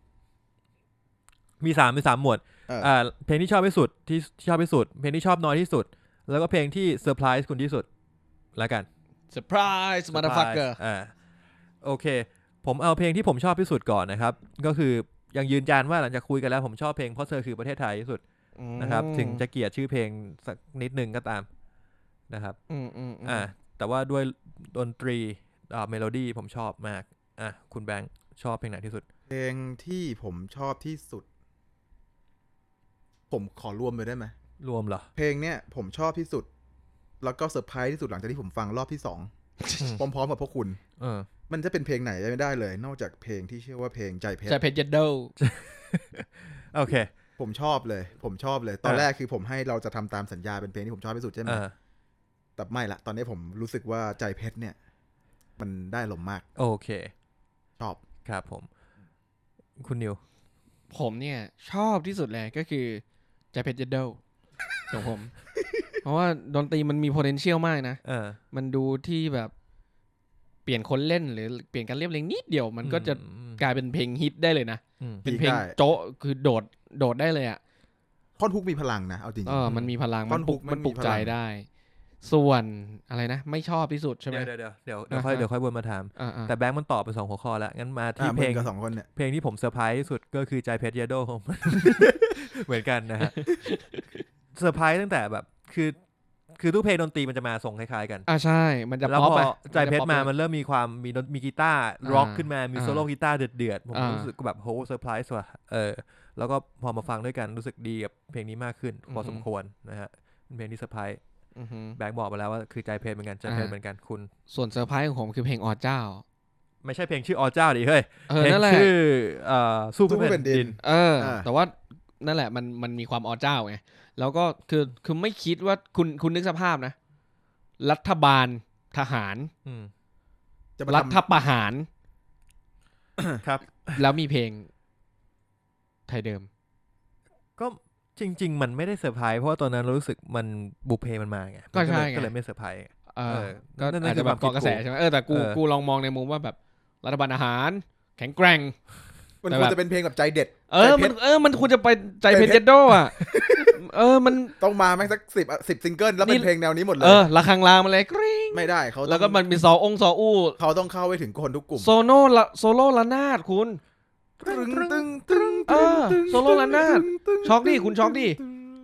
มี3หมวดเพลงที่ชอบที่สุดที่ชอบที่สุดเพลงที่ชอบน้อยที่สุดแล้วก็เพลงที่เซอร์ไพรส์คุณที่สุดแล้วกันเซอร์ไพรส์มาดาฟักเกอร์โอเคผมเอาเพลงที่ผมชอบที่สุดก่อนนะครับก็คือยังยืนยันว่าหลังจากคุยกันแล้วผมชอบเพลงเพราะเธอคือประเทศไทยที่สุดนะครับถึงจะเกลียดชื่อเพลงสักนิดนึงก็ตามนะครับแต่ว่าด้วยดนตรีเมโลดี้ผมชอบมากคุณแบงค์ชอบเพลงไหนที่สุดเพลงที่ผมชอบที่สุดผมขอรวมเลยได้ไหมรวมเหรอเพลงเนี้ยผมชอบที่สุดแล้วก็เซอร์ไพรส์ที่สุดหลังจากที่ผมฟังรอบที่2 พร้อมๆกับพวกคุณมันจะเป็นเพลงไหนไม่ได้เลยนอกจากเพลงที่ชื่อว่าเพลงใจเพชรเย็ดเดิลโอเคผมชอบเลยตอนแรกคือผมให้เราจะทำตามสัญญาเป็นเพลงที่ผมชอบที่สุดใช่ไหมแต่ไม่ละตอนนี้ผมรู้สึกว่าใจเพชรเนี่ยมันได้ลมมากโอเคชอบครับผมคุณนิวผมเนี่ยชอบที่สุดเลยก็คือใจเพชรเย็ดเดิลของผมเพราะว่าดนตรีมันมี potential มากนะมันดูที่แบบเปลี่ยนคนเล่นหรือเปลี่ยนการเรียบเรียงนิดเดียวมันก็จะกลายเป็นเพลงฮิตได้เลยนะเป็นเพลงโจ๊ะคือโดดได้เลยอ่ะท่อนฮุกมีพลังนะเอาจริงมันมีพลังมันปลุกใจได้ส่วนอะไรนะไม่ชอบที่สุดใช่ไหมเดี๋ยวค่อยวนมาถามแต่แบงค์มันตอบไป2หัวข้อแล้วงั้นมาที่เพลง 2คนเนี่ยเพลงที่ผมเซอร์ไพรส์ที่สุดก็คือใจเพชรเยโดของมันเหมือนกันนะฮะเซอร์ไพรส์ตั้งแต่แบบคือทุกเพลงดนตรีมันจะมาส่งคล้ายๆกันใช่มันจะแล้วพอใจเพชรมามันเริ่มมีความมีกีตาร์ร็อกขึ้นมามีโซโล่กีตาร์เดือดๆผมรู้สึกแบบโหเซอร์ไพรส์ว่ะแล้วก็พอมาฟังด้วยกันรู้สึกดีกับเพลงนี้มากขึ้นพอสมควรนะฮะเป็นเพลงที่เซอร์ไพรส์แบงค์บอกไปแล้วว่าคือใจเพชรเหมือนกันใจเพชรเหมือนกันคุณส่วนเซอร์ไพรส์ของผมคือเพลงอเจ้าไม่ใช่เพลงชื่อเจ้าดิเฮ้ยเพลงชื่อสู้เพื่อแผ่นดินแต่ว่านั่นแหละมันมีความเจ้าไงแล้วก็คือไม่คิดว่าคุณนึกสภาพนะรัฐบาลทหารรัฐประหารครับแล้วมีเพลงไทยเดิมก็จริงๆมันไม่ได้เซอร์ไพรส์เพราะว่าตอนนั้นรู้สึกมันบุพเพมันมาไงก็ใช่ไงก็เลยไม่เซอร์ไพรส์ก็อาจจะแบบเกาะกระแสใช่ไหมแต่กูลองมองในมุมว่าแบบรัฐบาลทหารแข็งแกร่งมันควรจะเป็นเพลงแบบใจเด็ดมันควรจะไปใจเพชรเจดโดอ่ะมันต้องมาแม่งสัก10ซิงเกิลแล้วเป็นเพลงแนวนี้หมดเลยระฆังลามาเลยกริ๊งไม่ได้เขาแล้วก็มันมีซออู้เขาต้องเข้าไปถึงคนทุกกลุ่มโซโล่ระนาดคุณตึงโซโล่ระนาดช็อกดิคุณช็อกดิ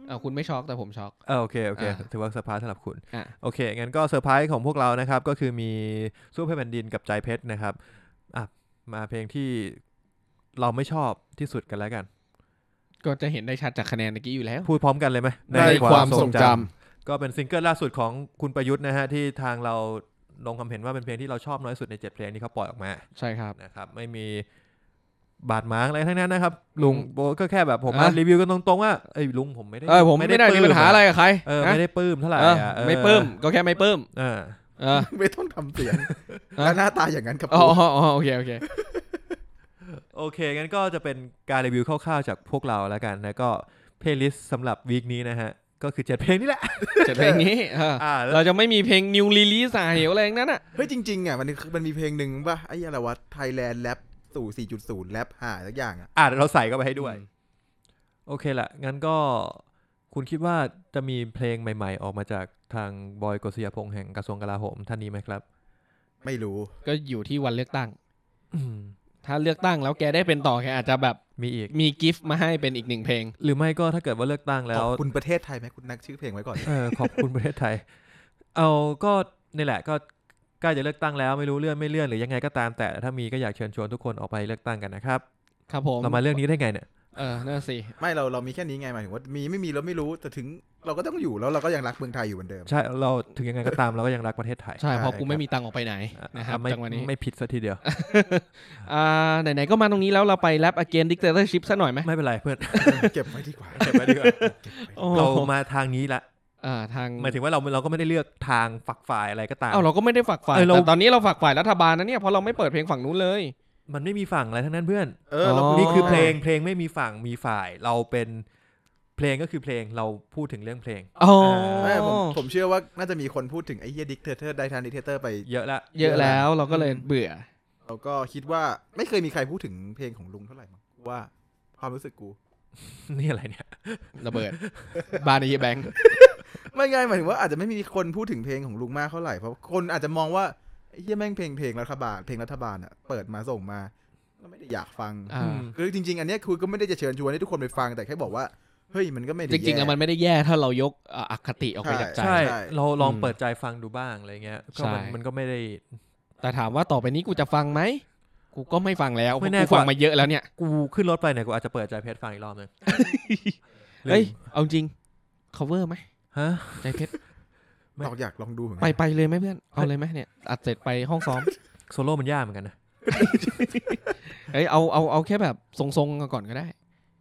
คุณไม่ช็อกแต่ผมช็อกโอเคถือว่าเซอร์ไพรส์สำหรับคุณโอเคงั้นก็เซอร์ไพรส์ของพวกเรานะครับก็คือมีสู้เพื่อแผ่นดินกับใจเพชรนะครับมาเพลงที่เราไม่ชอบที่สุดกันแล้วกันก็จะเห็นได้ชัดจากคะแนนเมื่อกี้อยู่แล้วพูดพร้อมกันเลยไหมในความทรงจำก็เป็นซิงเกิลล่าสุดของคุณประยุทธ์นะฮะที่ทางเราลงความเห็นว่าเป็นเพลงที่เราชอบน้อยสุดใน7เพลงที่เขาปล่อยออกมาใช่ครับนะครับไม่มีบาดหมางอะไรทั้งนั้นนะครับลุงก็แค่แบบผมมารีวิวกันตรงๆว่าลุงผมไม่ได้ผมไม่ได้มีปัญหาอะไรกับใครไม่ได้ปลื้มเท่าไหร่ไม่ปลื้มก็แค่ไม่ปลื้มไม่ต้องทำเสียงแล้วหน้าตาอย่างนั้นครับโอเคโอเคงั้นก็จะเป็นการรีวิวคร่าวๆจากพวกเราแล้วกันแล้วก็เพลย์ลิสต์สำหรับวีคนี้นะฮะก็คือ7เพลงนี่แหละ 7เพลงนี้เราจะไม่มีเพลง New Release เหวอะไรอย่างนั้นเฮ้ยจริงๆอ่ะมันมีเพลงนึงป่ะไอ้อะไรวะ Thailand Rap สู่ 4.0 แรปหาสักอย่างเราใส่เข้าไปให้ด้วยโอเคละงั้นก็คุณคิดว่าจะมีเพลงใหม่ๆออกมาจากทางบอยกฤษยพงษ์แห่งกระทรวงกลาโหมท่านนี้ไหมครับไม่รู้ก็อยู่ที่วันเลือกตั้งถ้าเลือกตั้งแล้วแกได้เป็นต่อแกอาจจะแบบมีกิฟต์มาให้เป็นอีก1เพลงหรือไม่ก็ถ้าเกิดว่าเลือกตั้งแล้วขอบคุณประเทศไทยไหมคุณนักชื่อเพลงไว้ก่อนขอบคุณประเทศไทยก็นี่แหละก็ใกล้จะเลือกตั้งแล้วไม่รู้เลื่อนไม่เลื่อนหรือยังไงก็ตามแต่ถ้ามีก็อยากเชิญชวนทุกคนออกไปเลือกตั้งกันนะครับครับผมเรามาเรื่องนี้ได้ไงเนี่ยนั่นสิไม่เรามีแค่นี้ไงหมายถึงว่ามีไม่มีเราไม่รู้แต่ถึงเราก็ต้องอยู่แล้วเราก็ยังรักเมืองไทยอยู่เหมือนเดิมใช่เราถึงยังไงก็ตามเราก็ยังรักประเทศไทยใช่เพราะกูไม่มีตังค์ออกไปไหนนะครับจังหวะนี้ไม่ผิดซะทีเดียวไหนๆก็มาตรงนี้แล้วเราไปแรป Against Dictatorship ซะหน่อยไหมไม่เป็นไรเพื่อนเก็บไว้ดีกว่าเรามาทางนี้ละทางหมายถึงว่าเราก็ไม่ได้เลือกทางฝักฝ่ายอะไรก็ตามเราก็ไม่ได้ฝักฝ่ายแต่ตอนนี้เราฝักฝ่ายรัฐบาลนะเนี่ยเพราะเราไม่เปิดเพลงฝั่งนู้นเลยมันไม่มีฝั่งอะไรทั้งนั้นเพื่อนนี่คือเพลงไม่มีฝั่งมีฝ่ายเราเป็นเพลงก็คือเพลงเราพูดถึงเรื่องเพลงผมเชื่อว่าน่าจะมีคนพูดถึงไอ้เหี้ยดิกเตอร์ไดทานดิกเตอร์ไปเยอะแล้วเราก็เลยเบื่อเราก็คิดว่าไม่เคยมีใครพูดถึงเพลงของลุงเท่าไหร่มั้งว่าความรู้สึกกูนี่อะไรเนี่ยระเบิดบาร์ในแบงค์ไม่ไงหมายถึงว่าอาจจะไม่มีคนพูดถึงเพลงของลุงมากเท่าไหร่เพราะคนอาจจะมองว่าไอ้เหี้ยแม่งเพลงรัฐบาลอ่ะเปิดมาส่งมาก็ไม่ได้อยากฟังคือจริงๆอันนี้คือก็ไม่ได้จะเชิญชวนให้ทุกคนไปฟังแต่แค่บอกว่าเฮ้ยมันก็ไม่ได้จริงๆแล้วมันไม่ได้แย่ถ้าเรายกอคติออกไปจากใจใช่เราลองเปิดใจฟังดูบ้างอะไรเงี้ยก็มันก็ไม่ได้แต่ถามว่าต่อไปนี้กูจะฟังไหมกูก็ไม่ฟังแล้วกูฟังมาเยอะแล้วเนี่ยกูขึ้นรถไปเนี่ยกูอาจจะเปิดใจเพชรฟังอีกรอบนึงเฮ้ยเอาจริง cover ไหมฮะใจเพชรเราอยากลองดูเหมือนกันไปเลยไหมเพื่อนเอาเลยไหมเนี่ยอัดเสร็จไปห้องซ้อมโซโล่มันยากเหมือนกันนะเฮ้ยเอาแค่แบบทรงๆก่อนก็ได้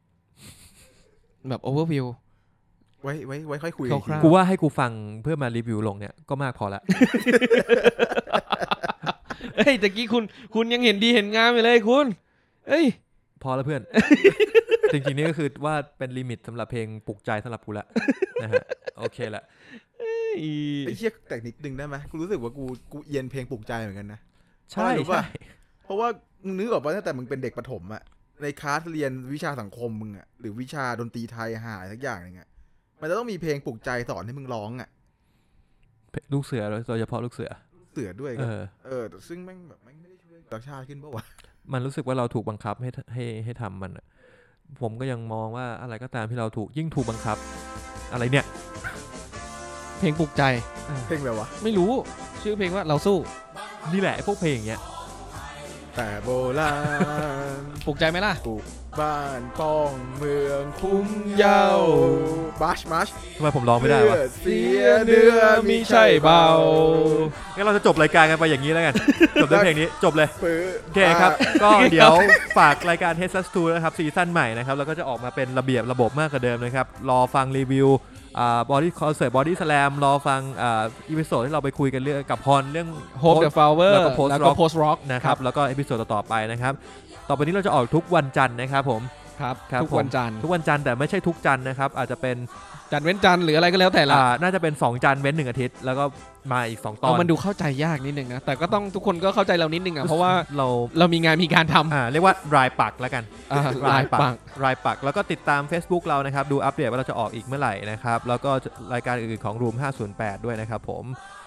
แบบโอเวอร์วิวไว้ค่อยคุยกูว่าให้กูฟังเพื่อมารีวิวลงเนี่ยก็มากพอละเฮ้ยตะกี้คุณยังเห็นดีเห็นงามอยู่เลยคุณเอ้ยพอแล้วเพื่อนจริงๆนี่ก็คือว่าเป็นลิมิตสำหรับเพลงปลุกใจสำหรับกูละนะฮะโอเคละไอ้เชี่ยแต่นิดนึงได้ไหมกูรู้สึกว่ากูเอียนเพลงปลุกใจเหมือนกันนะใช่เพราะว่ามึงนึกออกป่ะตั้งแต่มึงเป็นเด็กประถมอะในคลาสเรียนวิชาสังคมมึงอะหรือวิชาดนตรีไทยหาสักอย่างนึงอะมันจะต้องมีเพลงปลุกใจสอนให้มึงร้องอะลูกเสือโดยเฉพาะลูกเสือด้วยซึ่งแม่งแบบไม่ได้ช่วยต่างชาติขึ้นป่ะวะมันรู้สึกว่าเราถูกบังคับให้ทำมันผมก็ยังมองว่าอะไรก็ตามที่เรายิ่งถูกบังคับอะไรเนี่ยเพลงปลุกใจเพลงอะไรวะไม่รู้ชื่อเพลงว่าเราสู้นี่แหละพวกเพลงอย่างเงี้ยแต่โบราณปลุกใจไหมล่ะปลุกบ้านป้องเมืองคุ้มเย้าบัชทำไมผมร้องไม่ได้วะเสียเนื้อมิใช่เบางั้นเราจะจบรายการกันไปอย่างนี้แล้วกันจบด้วยเพลงนี้จบเลยโอเคครับก็เดี๋ยวฝากรายการ Headset 2 นะครับซีซั่นใหม่นะครับแล้วก็จะออกมาเป็นระเบียบระบบมากกว่าเดิมนะครับรอฟังรีวิวบอดี้คอนเสิร์ตบอดี้สแลมรอฟังอีพิโซดที่เราไปคุยกันเรื่องกับพรเรื่อง Hope the Flower แล้วก็ Post Rock นะครับแล้วก็อีพิโซดต่อไปนะครับต่อไปนี้เราจะออกทุกวันจันทร์นะครับผมครับทุกวันจันทร์แต่ไม่ใช่ทุกจันทร์นะครับอาจจะเป็นจันทร์เว้นจันทร์หรืออะไรก็แล้วแต่ละน่าจะเป็น2จันทร์เว้น1อาทิตย์แล้วก็มาอีก2ตอนมันดูเข้าใจยากนิดนึงนะแต่ก็ต้องทุกคนก็เข้าใจเรานิดนึงเพราะว่าเรามีงานมีการทำเรียกว่ารายปักแล้วกันรายปักแล้วก็ติดตาม Facebook เรานะครับดูอัปเดตว่าเราจะออกอีกเมื่อไหร่นะครับแล้วก็รายการอื่นๆของ Room 508ด้วยนะครับผม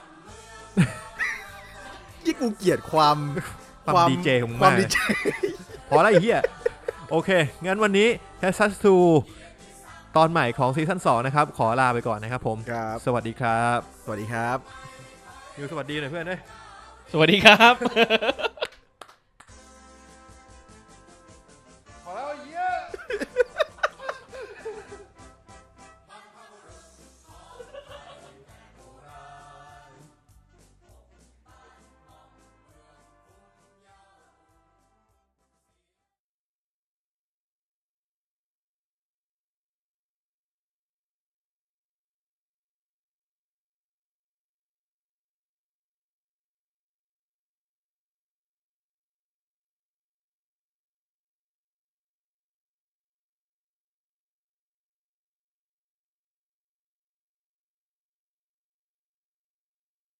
ที่กูเกลียดความดีเจของมึงมากพอแล้วไอ้เหี้ยโอเคงั้นวันนี้ Headset 2 ตอนใหม่ของซีซั่น2นะครับขอลาไปก่อนนะครับผมสวัสดีครับสวัสดีครับมิวสวัสดีหน่อยเพื่อนด้วยสวัสดีครับ